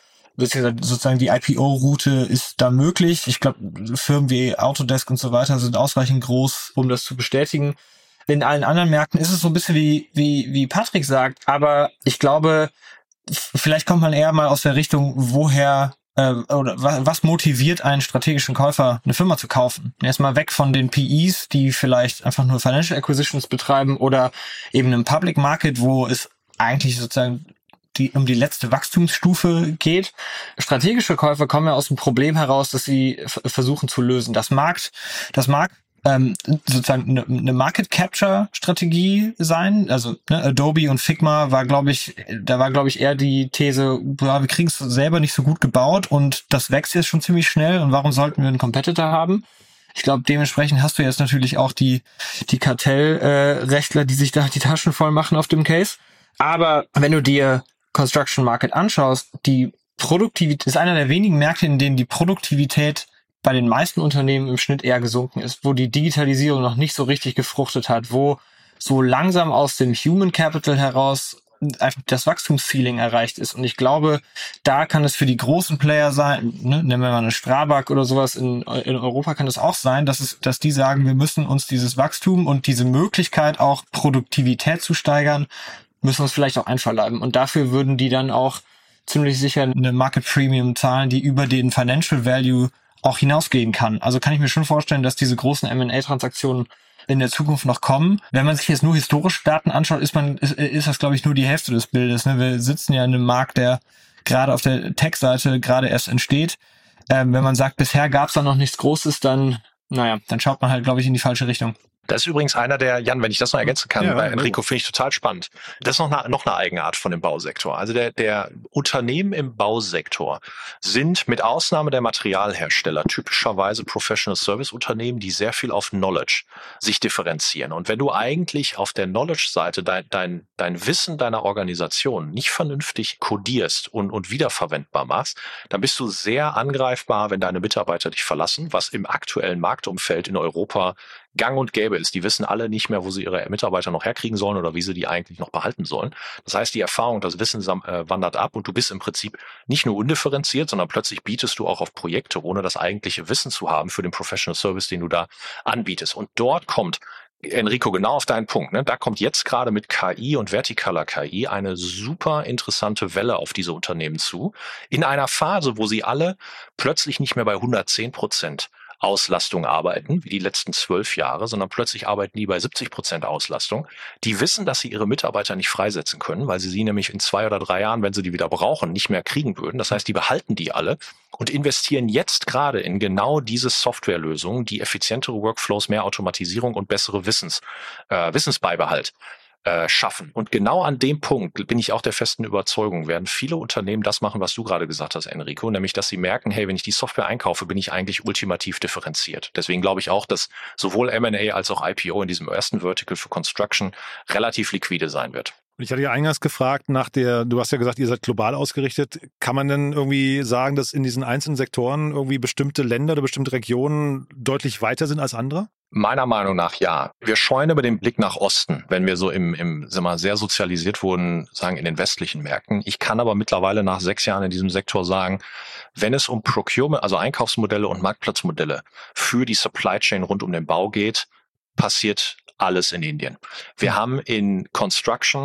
sozusagen die I P O-Route ist da möglich. Ich glaube, Firmen wie Autodesk und so weiter sind ausreichend groß, um das zu bestätigen. In allen anderen Märkten ist es so ein bisschen wie, wie, wie Patrick sagt, aber ich glaube, vielleicht kommt man eher mal aus der Richtung, woher äh, oder was, was motiviert einen strategischen Käufer, eine Firma zu kaufen. Erstmal weg von den P Es, die vielleicht einfach nur Financial Acquisitions betreiben oder eben einem Public Market, wo es eigentlich sozusagen die um die letzte Wachstumsstufe geht. Strategische Käufer kommen ja aus dem Problem heraus, dass sie f- versuchen zu lösen. Das Markt, das mag ähm, sozusagen eine, eine Market Capture Strategie sein. Also ne, Adobe und Figma war, glaube ich, da war, glaube ich, eher die These, ja, wir kriegen es selber nicht so gut gebaut und das wächst jetzt schon ziemlich schnell und warum sollten wir einen Competitor haben? Ich glaube, dementsprechend hast du jetzt natürlich auch die die Kartellrechtler, äh, die sich da die Taschen voll machen auf dem Case. Aber wenn du dir Construction Market anschaust, die Produktivität ist einer der wenigen Märkte, in denen die Produktivität bei den meisten Unternehmen im Schnitt eher gesunken ist, wo die Digitalisierung noch nicht so richtig gefruchtet hat, wo so langsam aus dem Human Capital heraus einfach das Wachstumsceiling erreicht ist. Und ich glaube, da kann es für die großen Player sein, ne, nehmen wir mal eine Strabag oder sowas, in, in Europa kann es auch sein, dass es, dass die sagen, wir müssen uns dieses Wachstum und diese Möglichkeit auch Produktivität zu steigern, müssen uns vielleicht auch einverleiben. Und dafür würden die dann auch ziemlich sicher eine Market Premium zahlen, die über den Financial Value auch hinausgehen kann. Also kann ich mir schon vorstellen, dass diese großen M and A-Transaktionen in der Zukunft noch kommen. Wenn man sich jetzt nur historische Daten anschaut, ist man ist, ist das, glaube ich, nur die Hälfte des Bildes. Ne? Wir sitzen ja in einem Markt, der gerade auf der Tech-Seite gerade erst entsteht. Ähm, wenn man sagt, bisher gab es da noch nichts Großes, dann, naja, dann schaut man halt, glaube ich, in die falsche Richtung. Das ist übrigens einer der, Jan, wenn ich das noch ergänzen kann, ja, bei Enrico, finde ich total spannend. Das ist noch eine, noch eine Eigenart von dem Bausektor. Also der, der Unternehmen im Bausektor sind mit Ausnahme der Materialhersteller typischerweise Professional Service Unternehmen, die sehr viel auf Knowledge sich differenzieren. Und wenn du eigentlich auf der Knowledge-Seite dein, dein, dein Wissen deiner Organisation nicht vernünftig kodierst und, und wiederverwendbar machst, dann bist du sehr angreifbar, wenn deine Mitarbeiter dich verlassen, was im aktuellen Marktumfeld in Europa gang und gäbe ist. Die wissen alle nicht mehr, wo sie ihre Mitarbeiter noch herkriegen sollen oder wie sie die eigentlich noch behalten sollen. Das heißt, die Erfahrung, das Wissen äh, wandert ab und du bist im Prinzip nicht nur undifferenziert, sondern plötzlich bietest du auch auf Projekte, ohne das eigentliche Wissen zu haben für den Professional Service, den du da anbietest. Und dort kommt, Enrico, genau auf deinen Punkt, ne? Da kommt jetzt gerade mit K I und vertikaler K I eine super interessante Welle auf diese Unternehmen zu, in einer Phase, wo sie alle plötzlich nicht mehr bei hundertzehn Prozent Auslastung arbeiten, wie die letzten zwölf Jahre, sondern plötzlich arbeiten die bei siebzig Prozent Auslastung. Die wissen, dass sie ihre Mitarbeiter nicht freisetzen können, weil sie sie nämlich in zwei oder drei Jahren, wenn sie die wieder brauchen, nicht mehr kriegen würden. Das heißt, die behalten die alle und investieren jetzt gerade in genau diese Softwarelösungen, die effizientere Workflows, mehr Automatisierung und bessere Wissens, äh, Wissensbeibehalt schaffen. Und genau an dem Punkt bin ich auch der festen Überzeugung, werden viele Unternehmen das machen, was du gerade gesagt hast, Enrico, nämlich, dass sie merken, hey, wenn ich die Software einkaufe, bin ich eigentlich ultimativ differenziert. Deswegen glaube ich auch, dass sowohl M and A als auch I P O in diesem ersten Vertical für Construction relativ liquide sein wird. Ich hatte ja eingangs gefragt nach der, du hast ja gesagt, ihr seid global ausgerichtet. Kann man denn irgendwie sagen, dass in diesen einzelnen Sektoren irgendwie bestimmte Länder oder bestimmte Regionen deutlich weiter sind als andere? Meiner Meinung nach ja. Wir scheuen über den Blick nach Osten, wenn wir so im, im sag mal, sehr sozialisiert wurden, sagen in den westlichen Märkten. Ich kann aber mittlerweile nach sechs Jahren in diesem Sektor sagen, wenn es um Procurement, also Einkaufsmodelle und Marktplatzmodelle für die Supply Chain rund um den Bau geht, passiert alles in Indien. Wir haben in Construction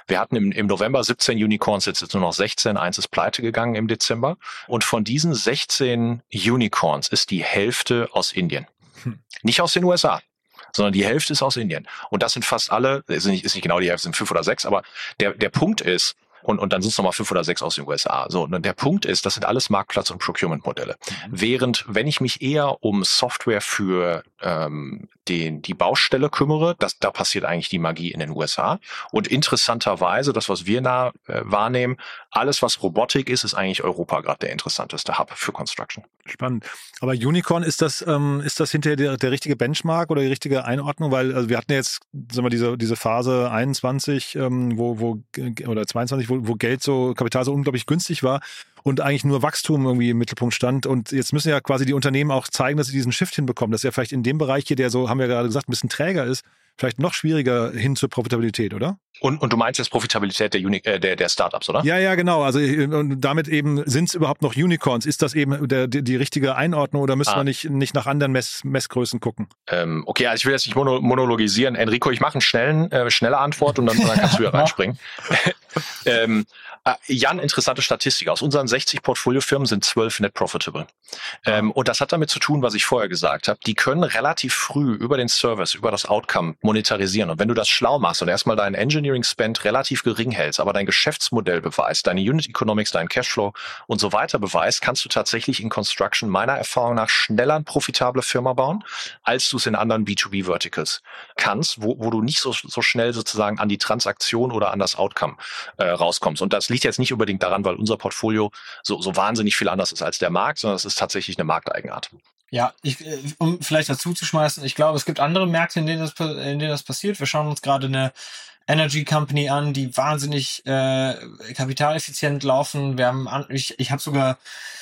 Wir hatten im, im November siebzehn Unicorns, jetzt sind nur noch sechzehn, eins ist pleite gegangen im Dezember. Und von diesen sechzehn Unicorns ist die Hälfte aus Indien. Hm. Nicht aus den U S A, sondern die Hälfte ist aus Indien. Und das sind fast alle, ist nicht, ist nicht genau die Hälfte, sind fünf oder sechs, aber der, der Punkt ist, Und, und dann sind es nochmal fünf oder sechs aus den U S A. So, und der Punkt ist, das sind alles Marktplatz- und Procurement-Modelle. Mhm. Während, wenn ich mich eher um Software für ähm, den, die Baustelle kümmere, das, da passiert eigentlich die Magie in den U S A. Und interessanterweise, das, was wir da äh, wahrnehmen, alles, was Robotik ist, ist eigentlich Europa gerade der interessanteste Hub für Construction. Spannend. Aber Unicorn, ist das, ähm, ist das hinterher der, der richtige Benchmark oder die richtige Einordnung? Weil also wir hatten jetzt, sagen wir, diese, diese Phase einundzwanzig, ähm, wo, wo, oder zweiundzwanzig, wo, wo Geld so, Kapital so unglaublich günstig war und eigentlich nur Wachstum irgendwie im Mittelpunkt stand. Und jetzt müssen ja quasi die Unternehmen auch zeigen, dass sie diesen Shift hinbekommen. Das ist ja vielleicht in dem Bereich hier, der so, haben wir gerade gesagt, ein bisschen träger ist, vielleicht noch schwieriger hin zur Profitabilität, oder? Und, und du meinst jetzt Profitabilität der, Uni- äh, der, der Startups, oder? Ja, ja, genau. Also und damit eben, sind es überhaupt noch Unicorns? Ist das eben der, die, die richtige Einordnung oder müssen ah. wir nicht, nicht nach anderen Mess, Messgrößen gucken? Ähm, okay, also ich will jetzt nicht mono, monologisieren. Enrico, ich mache eine schnellen, äh, schnelle Antwort und dann, dann kannst du ja reinspringen. ähm, äh, Jan, interessante Statistik. Aus unseren sechzig Portfoliofirmen sind zwölf net profitable. Ähm, und das hat damit zu tun, was ich vorher gesagt habe. Die können relativ früh über den Service, über das Outcome monetarisieren. Und wenn du das schlau machst und erstmal deinen Engineering Spend relativ gering hältst, aber dein Geschäftsmodell beweist, deine Unit Economics, dein Cashflow und so weiter beweist, kannst du tatsächlich in Construction meiner Erfahrung nach schneller eine profitable Firma bauen, als du es in anderen B zwei B Verticals kannst, wo, wo du nicht so, so schnell sozusagen an die Transaktion oder an das Outcome äh, rauskommst. Und das liegt jetzt nicht unbedingt daran, weil unser Portfolio so, so wahnsinnig viel anders ist als der Markt, sondern es ist tatsächlich eine Markteigenart. Ja, ich, um vielleicht dazu zu schmeißen, ich glaube, es gibt andere Märkte, in denen das, in denen das passiert. Wir schauen uns gerade eine Energy Company an, die wahnsinnig äh, kapitaleffizient laufen. Wir haben, an, ich, ich habe sogar,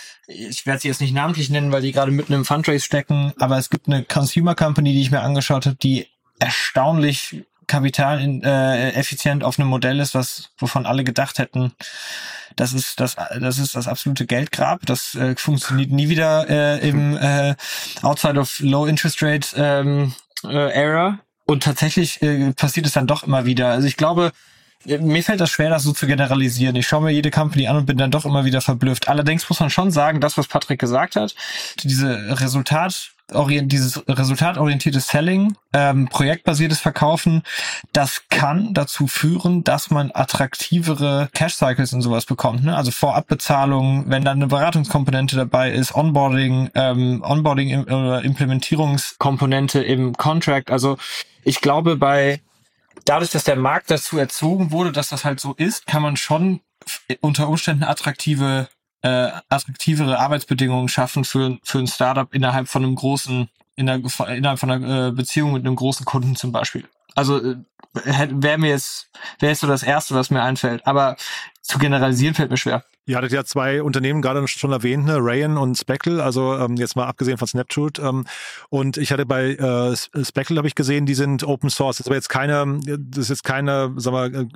ich werde sie jetzt nicht namentlich nennen, weil die gerade mitten im Fundraise stecken, aber es gibt eine Consumer Company, die ich mir angeschaut habe, die erstaunlich kapitaleffizient äh, auf einem Modell ist, was wovon alle gedacht hätten, das ist das das ist das absolute Geldgrab. Das äh, funktioniert nie wieder äh, im äh, outside of low interest rate ähm, äh, era. Und tatsächlich äh, passiert es dann doch immer wieder. Also ich glaube, mir fällt das schwer, das so zu generalisieren. Ich schaue mir jede Company an und bin dann doch immer wieder verblüfft. Allerdings muss man schon sagen, das, was Patrick gesagt hat, diese Resultat dieses resultatorientierte Selling, ähm, projektbasiertes Verkaufen, das kann dazu führen, dass man attraktivere Cash-Cycles und sowas bekommt. Ne? Also Vorabbezahlung, wenn dann eine Beratungskomponente dabei ist, Onboarding, ähm, Onboarding oder Implementierungskomponente im Contract. Also ich glaube, bei dadurch, dass der Markt dazu erzogen wurde, dass das halt so ist, kann man schon unter Umständen attraktive Äh, attraktivere Arbeitsbedingungen schaffen für für ein Startup innerhalb von einem großen in der, innerhalb von einer äh, Beziehung mit einem großen Kunden zum Beispiel. Also äh, wäre mir jetzt wäre jetzt so das Erste, was mir einfällt. Aber zu generalisieren fällt mir schwer. Ihr hattet ja zwei Unternehmen gerade schon erwähnt, ne? Rayen und Speckle, also ähm, jetzt mal abgesehen von Snapshoot. Ähm, und ich hatte bei äh, Speckle, habe ich gesehen, die sind Open Source. Das ist aber jetzt keine, das ist jetzt keine, sagen wir,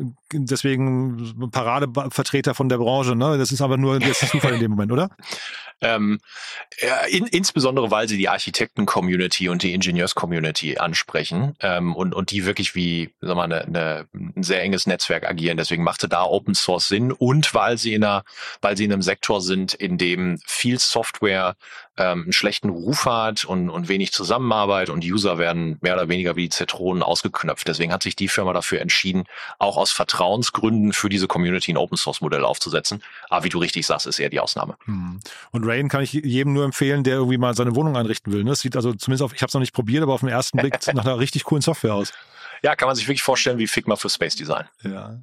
deswegen Paradevertreter von der Branche, ne? Das ist aber nur jetzt ein Zufall in dem Moment, oder? Ähm, ja, in, insbesondere, weil sie die Architekten-Community und die Ingenieurs-Community ansprechen ähm, und, und die wirklich wie sagen wir, eine, eine, ein sehr enges Netzwerk agieren. Deswegen machte da Open Source Sinn und weil sie in einer, weil sie in einem Sektor sind, in dem viel Software ähm, einen schlechten Ruf hat und, und wenig Zusammenarbeit und User werden mehr oder weniger wie die Zitronen ausgeknöpft. Deswegen hat sich die Firma dafür entschieden, auch aus Vertrauensgründen für diese Community ein Open Source Modell aufzusetzen. Aber wie du richtig sagst, ist eher die Ausnahme. Hm. Und Rayen kann ich jedem nur empfehlen, der irgendwie mal seine Wohnung einrichten will. Ne? Es sieht also zumindest auf, ich habe es noch nicht probiert, aber auf den ersten Blick nach einer richtig coolen Software aus. Ja, kann man sich wirklich vorstellen wie Figma für Space Design. Ja.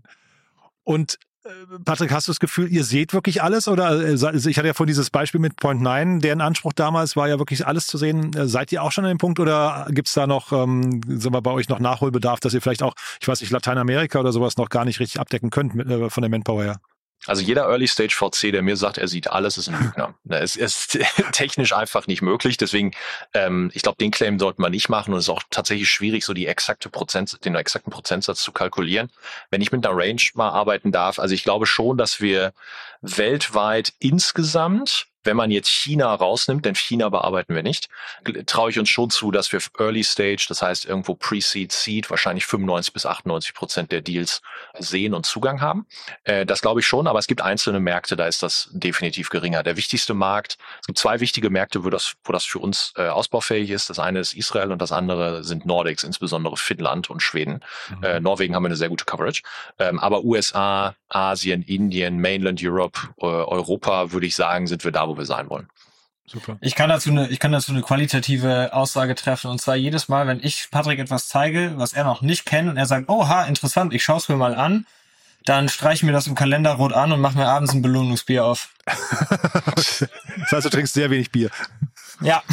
Und Patrick, hast du das Gefühl, ihr seht wirklich alles? Oder also ich hatte ja vorhin dieses Beispiel mit Point Nine, deren Anspruch damals war ja wirklich alles zu sehen. Seid ihr auch schon an dem Punkt oder gibt's da noch, ähm, sagen wir, bei euch noch Nachholbedarf, dass ihr vielleicht auch, ich weiß nicht, Lateinamerika oder sowas noch gar nicht richtig abdecken könnt mit, äh, von der Manpower her? Also jeder Early-Stage-V C, der mir sagt, er sieht alles, ist ein Lügner. Es ist technisch einfach nicht möglich. Deswegen, ähm, ich glaube, den Claim sollte man nicht machen. Und es ist auch tatsächlich schwierig, so die exakte Prozent, den exakten Prozentsatz zu kalkulieren. Wenn ich mit einer Range mal arbeiten darf, also ich glaube schon, dass wir weltweit insgesamt Wenn man jetzt China rausnimmt, denn China bearbeiten wir nicht, traue ich uns schon zu, dass wir Early Stage, das heißt irgendwo Pre-Seed, Seed, wahrscheinlich fünfundneunzig bis achtundneunzig Prozent der Deals sehen und Zugang haben. Äh, das glaube ich schon, aber es gibt einzelne Märkte, da ist das definitiv geringer. Der wichtigste Markt, es gibt zwei wichtige Märkte, wo das, wo das für uns äh, ausbaufähig ist. Das eine ist Israel und das andere sind Nordics, insbesondere Finnland und Schweden. Mhm. Äh, Norwegen haben wir eine sehr gute Coverage. Ähm, aber U S A, Asien, Indien, Mainland Europe, äh, Europa, würde ich sagen, sind wir da, wo wir sein wollen. Super. Ich kann dazu eine, ich kann dazu eine qualitative Aussage treffen. Und zwar jedes Mal, wenn ich Patrick etwas zeige, was er noch nicht kennt und er sagt, oha, interessant, ich schaue es mir mal an, dann streiche ich mir das im Kalender rot an und mache mir abends ein Belohnungsbier auf. Das heißt, du trinkst sehr wenig Bier. Ja.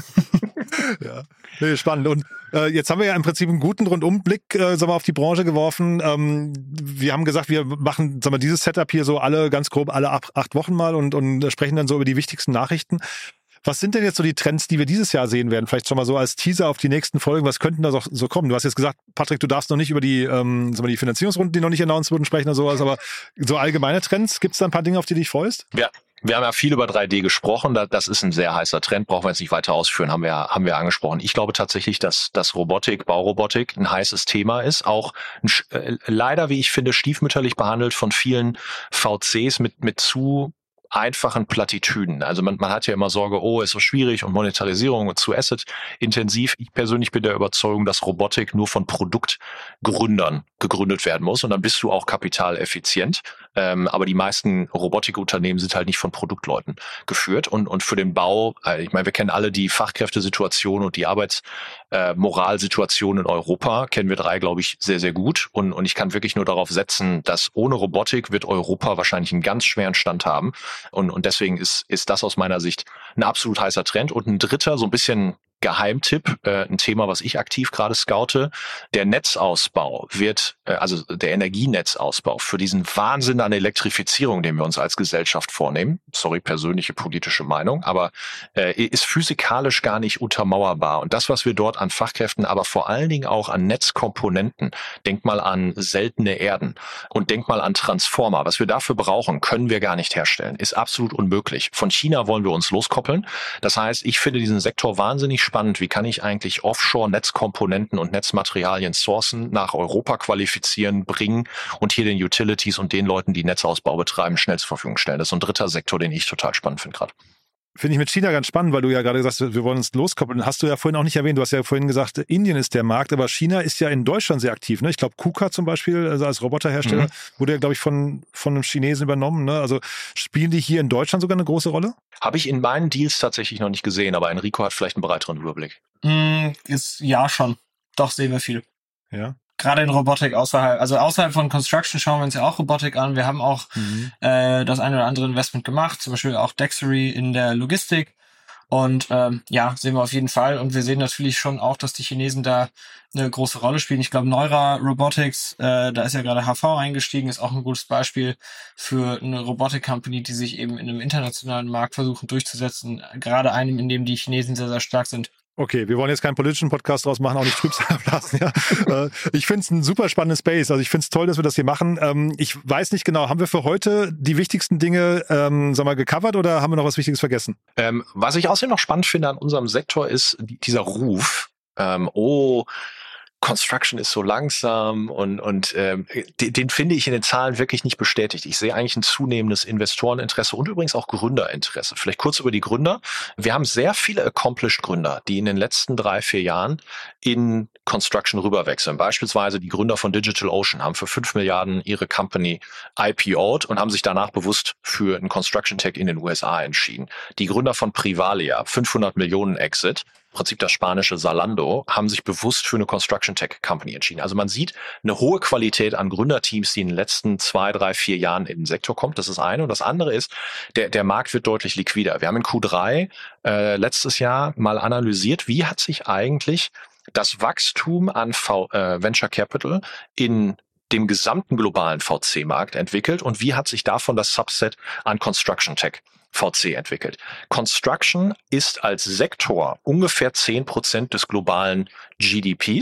Ja, nee, spannend. Und äh, jetzt haben wir ja im Prinzip einen guten Rundumblick äh, sagen wir, auf die Branche geworfen. Ähm, wir haben gesagt, wir machen sagen wir, dieses Setup hier so alle ganz grob alle acht, acht Wochen mal und, und sprechen dann so über die wichtigsten Nachrichten. Was sind denn jetzt so die Trends, die wir dieses Jahr sehen werden? Vielleicht schon mal so als Teaser auf die nächsten Folgen. Was könnten da so, so kommen? Du hast jetzt gesagt, Patrick, du darfst noch nicht über die, ähm, sagen wir, die Finanzierungsrunden, die noch nicht announced wurden, sprechen oder sowas. Aber so allgemeine Trends, gibt es da ein paar Dinge, auf die du dich freust? Ja. Wir haben ja viel über drei D gesprochen. Das ist ein sehr heißer Trend. Brauchen wir jetzt nicht weiter ausführen. Haben wir, haben wir angesprochen. Ich glaube tatsächlich, dass, dass Robotik, Baurobotik ein heißes Thema ist. Auch ein, äh, leider, wie ich finde, stiefmütterlich behandelt von vielen V Cs mit, mit zu einfachen Plattitüden. Also man, man hat ja immer Sorge, oh, ist so schwierig und Monetarisierung und zu asset-intensiv. Ich persönlich bin der Überzeugung, dass Robotik nur von Produktgründern gegründet werden muss und dann bist du auch kapitaleffizient. Ähm, aber die meisten Robotikunternehmen sind halt nicht von Produktleuten geführt und, und für den Bau, äh, ich meine, wir kennen alle die Fachkräftesituation und die Arbeitsmoralsituation äh, in Europa, kennen wir drei, glaube ich, sehr, sehr gut und, und ich kann wirklich nur darauf setzen, dass ohne Robotik wird Europa wahrscheinlich einen ganz schweren Stand haben. Und, und deswegen ist, ist das aus meiner Sicht ein absolut heißer Trend. Und ein dritter, so ein bisschen Geheimtipp, äh, ein Thema, was ich aktiv gerade scoute, der Netzausbau wird, äh, also der Energienetzausbau für diesen Wahnsinn an Elektrifizierung, den wir uns als Gesellschaft vornehmen, sorry, persönliche politische Meinung, aber äh, ist physikalisch gar nicht untermauerbar. Und das, was wir dort an Fachkräften, aber vor allen Dingen auch an Netzkomponenten, denk mal an seltene Erden und denk mal an Transformer, was wir dafür brauchen, können wir gar nicht herstellen, ist absolut unmöglich. Von China wollen wir uns loskoppeln. Das heißt, ich finde diesen Sektor wahnsinnig spannend. Wie kann ich eigentlich Offshore-Netzkomponenten und Netzmaterialien sourcen, nach Europa qualifizieren, bringen und hier den Utilities und den Leuten, die Netzausbau betreiben, schnell zur Verfügung stellen? Das ist so ein dritter Sektor, den ich total spannend finde gerade. Finde ich mit China ganz spannend, weil du ja gerade gesagt hast, wir wollen uns loskoppeln. Hast du ja vorhin auch nicht erwähnt. Du hast ja vorhin gesagt, Indien ist der Markt, aber China ist ja in Deutschland sehr aktiv. Ne? Ich glaube, KUKA zum Beispiel, also als Roboterhersteller, mhm. wurde ja, glaube ich, von, von einem Chinesen übernommen. Ne? Also spielen die hier in Deutschland sogar eine große Rolle? Habe ich in meinen Deals tatsächlich noch nicht gesehen, aber Enrico hat vielleicht einen breiteren Überblick. Mm, ist, ja, schon. Doch, sehen wir viel. Ja. Gerade in Robotik außerhalb, also außerhalb von Construction schauen wir uns ja auch Robotik an. Wir haben auch mhm. äh, das eine oder andere Investment gemacht, zum Beispiel auch Dexery in der Logistik. Und ähm, ja, sehen wir auf jeden Fall. Und wir sehen natürlich schon auch, dass die Chinesen da eine große Rolle spielen. Ich glaube, Neura Robotics, äh, da ist ja gerade H V eingestiegen, ist auch ein gutes Beispiel für eine Robotik-Company, die sich eben in einem internationalen Markt versuchen durchzusetzen. Gerade einem, in dem die Chinesen sehr, sehr stark sind. Okay, wir wollen jetzt keinen politischen Podcast draus machen, auch nicht Trübsal blasen. Ja. Ich finde es ein super spannendes Space. Also ich finde es toll, dass wir das hier machen. Ich weiß nicht genau, haben wir für heute die wichtigsten Dinge, ähm, sag mal, gecovert oder haben wir noch was Wichtiges vergessen? Ähm, was ich außerdem noch spannend finde an unserem Sektor ist dieser Ruf, ähm, oh, Construction ist so langsam und, und ähm, den, den finde ich in den Zahlen wirklich nicht bestätigt. Ich sehe eigentlich ein zunehmendes Investoreninteresse und übrigens auch Gründerinteresse. Vielleicht kurz über die Gründer. Wir haben sehr viele accomplished Gründer, die in den letzten drei, vier Jahren in Construction rüberwechseln. Beispielsweise die Gründer von DigitalOcean haben für fünf Milliarden ihre Company I P O'd und haben sich danach bewusst für einen Construction Tech in den U S A entschieden. Die Gründer von Privalia, fünfhundert Millionen Exit, im Prinzip das spanische Zalando, haben sich bewusst für eine Construction Tech Company entschieden. Also man sieht eine hohe Qualität an Gründerteams, die in den letzten zwei, drei, vier Jahren in den Sektor kommt. Das ist eine. Und das andere ist, der, der Markt wird deutlich liquider. Wir haben in Q drei äh, letztes Jahr mal analysiert, wie hat sich eigentlich das Wachstum an v, äh, Venture Capital in dem gesamten globalen V C-Markt entwickelt und wie hat sich davon das Subset an Construction Tech V C entwickelt. Construction ist als Sektor ungefähr zehn Prozent des globalen G D Ps.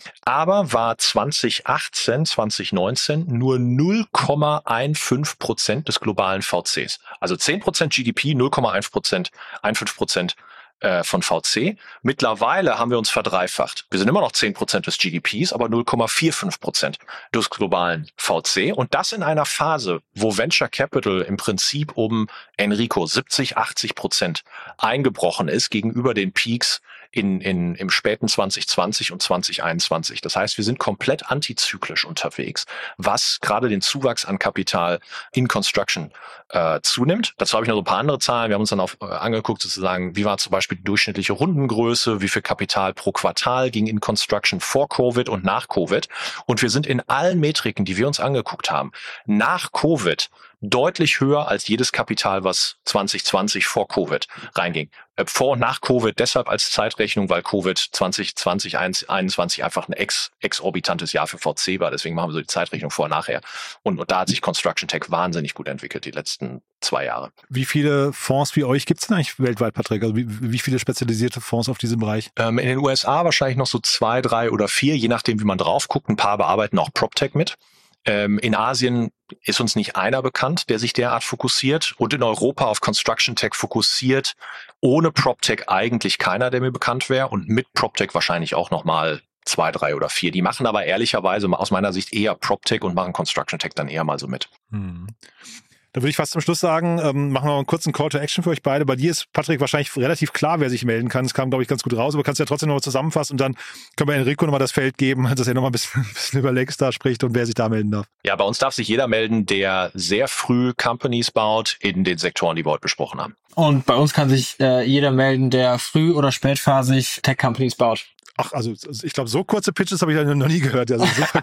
aber war zwanzig achtzehn, zwanzig neunzehn nur null Komma fünfzehn Prozent des globalen V Cs. Also zehn Prozent G D P, null Komma eins Prozent, fünfzehn Prozent von V C. Mittlerweile haben wir uns verdreifacht. Wir sind immer noch zehn Prozent des G D Ps, aber null Komma fünfundvierzig Prozent des globalen V C. Und das in einer Phase, wo Venture Capital im Prinzip um Enrico siebzig, achtzig Prozent eingebrochen ist gegenüber den Peaks in, in, im späten zwanzig zwanzig und zwanzig einundzwanzig. Das heißt, wir sind komplett antizyklisch unterwegs, was gerade den Zuwachs an Kapital in Construction äh, zunimmt. Dazu habe ich noch so ein paar andere Zahlen. Wir haben uns dann auf, äh, angeguckt, sozusagen, wie war zum Beispiel die durchschnittliche Rundengröße, wie viel Kapital pro Quartal ging in Construction vor Covid und nach Covid. Und wir sind in allen Metriken, die wir uns angeguckt haben, nach Covid deutlich höher als jedes Kapital, was zwanzig zwanzig vor Covid reinging. Vor und nach Covid deshalb als Zeitrechnung, weil Covid zwanzig zwanzig, einundzwanzig einfach ein ex, exorbitantes Jahr für V C war. Deswegen machen wir so die Zeitrechnung vor und nachher. Und, und da hat sich Construction Tech wahnsinnig gut entwickelt die letzten zwei Jahre. Wie viele Fonds wie euch gibt es denn eigentlich weltweit, Patrick? Also wie, wie viele spezialisierte Fonds auf diesem Bereich? Ähm, in den U S A wahrscheinlich noch so zwei, drei oder vier, je nachdem, wie man drauf guckt. Ein paar bearbeiten auch PropTech mit. Ähm, in Asien ist uns nicht einer bekannt, der sich derart fokussiert, und in Europa auf Construction Tech fokussiert. Ohne PropTech eigentlich keiner, der mir bekannt wäre, und mit PropTech wahrscheinlich auch nochmal zwei, drei oder vier. Die machen aber ehrlicherweise aus meiner Sicht eher PropTech und machen Construction Tech dann eher mal so mit. Hm. Da würde ich fast zum Schluss sagen, ähm, machen wir mal einen kurzen Call to Action für euch beide. Bei dir ist, Patrick, wahrscheinlich relativ klar, wer sich melden kann. Es kam, glaube ich, ganz gut raus, aber kannst du ja trotzdem noch mal zusammenfassen, und dann können wir Enrico nochmal das Feld geben, dass er nochmal ein bisschen, ein bisschen über Lakestar spricht und wer sich da melden darf. Ja, bei uns darf sich jeder melden, der sehr früh Companies baut in den Sektoren, die wir heute besprochen haben. Und bei uns kann sich äh, jeder melden, der früh- oder spätphasig Tech-Companies baut. Ach, also ich glaube, so kurze Pitches habe ich ja noch nie gehört. Also super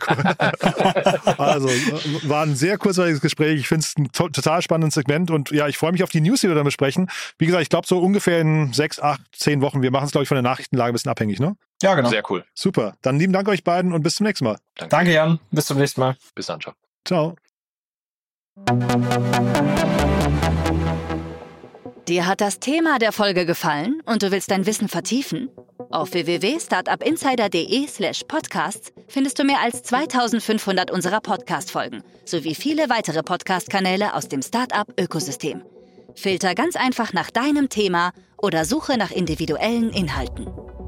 cool. Also war ein sehr kurzweiliges Gespräch. Ich finde es ein to- total spannendes Segment, und ja, ich freue mich auf die News, die wir dann besprechen. Wie gesagt, ich glaube so ungefähr in sechs, acht, zehn Wochen. Wir machen es, glaube ich, von der Nachrichtenlage ein bisschen abhängig, ne? Ja, genau. Sehr cool. Super. Dann lieben Dank euch beiden und bis zum nächsten Mal. Danke, Danke Jan. Bis zum nächsten Mal. Bis dann, ciao. Ciao. Dir hat das Thema der Folge gefallen und du willst dein Wissen vertiefen? Auf w w w punkt startupinsider punkt d e slash podcasts findest du mehr als zweitausendfünfhundert unserer Podcast-Folgen sowie viele weitere Podcast-Kanäle aus dem Startup-Ökosystem. Filter ganz einfach nach deinem Thema oder suche nach individuellen Inhalten.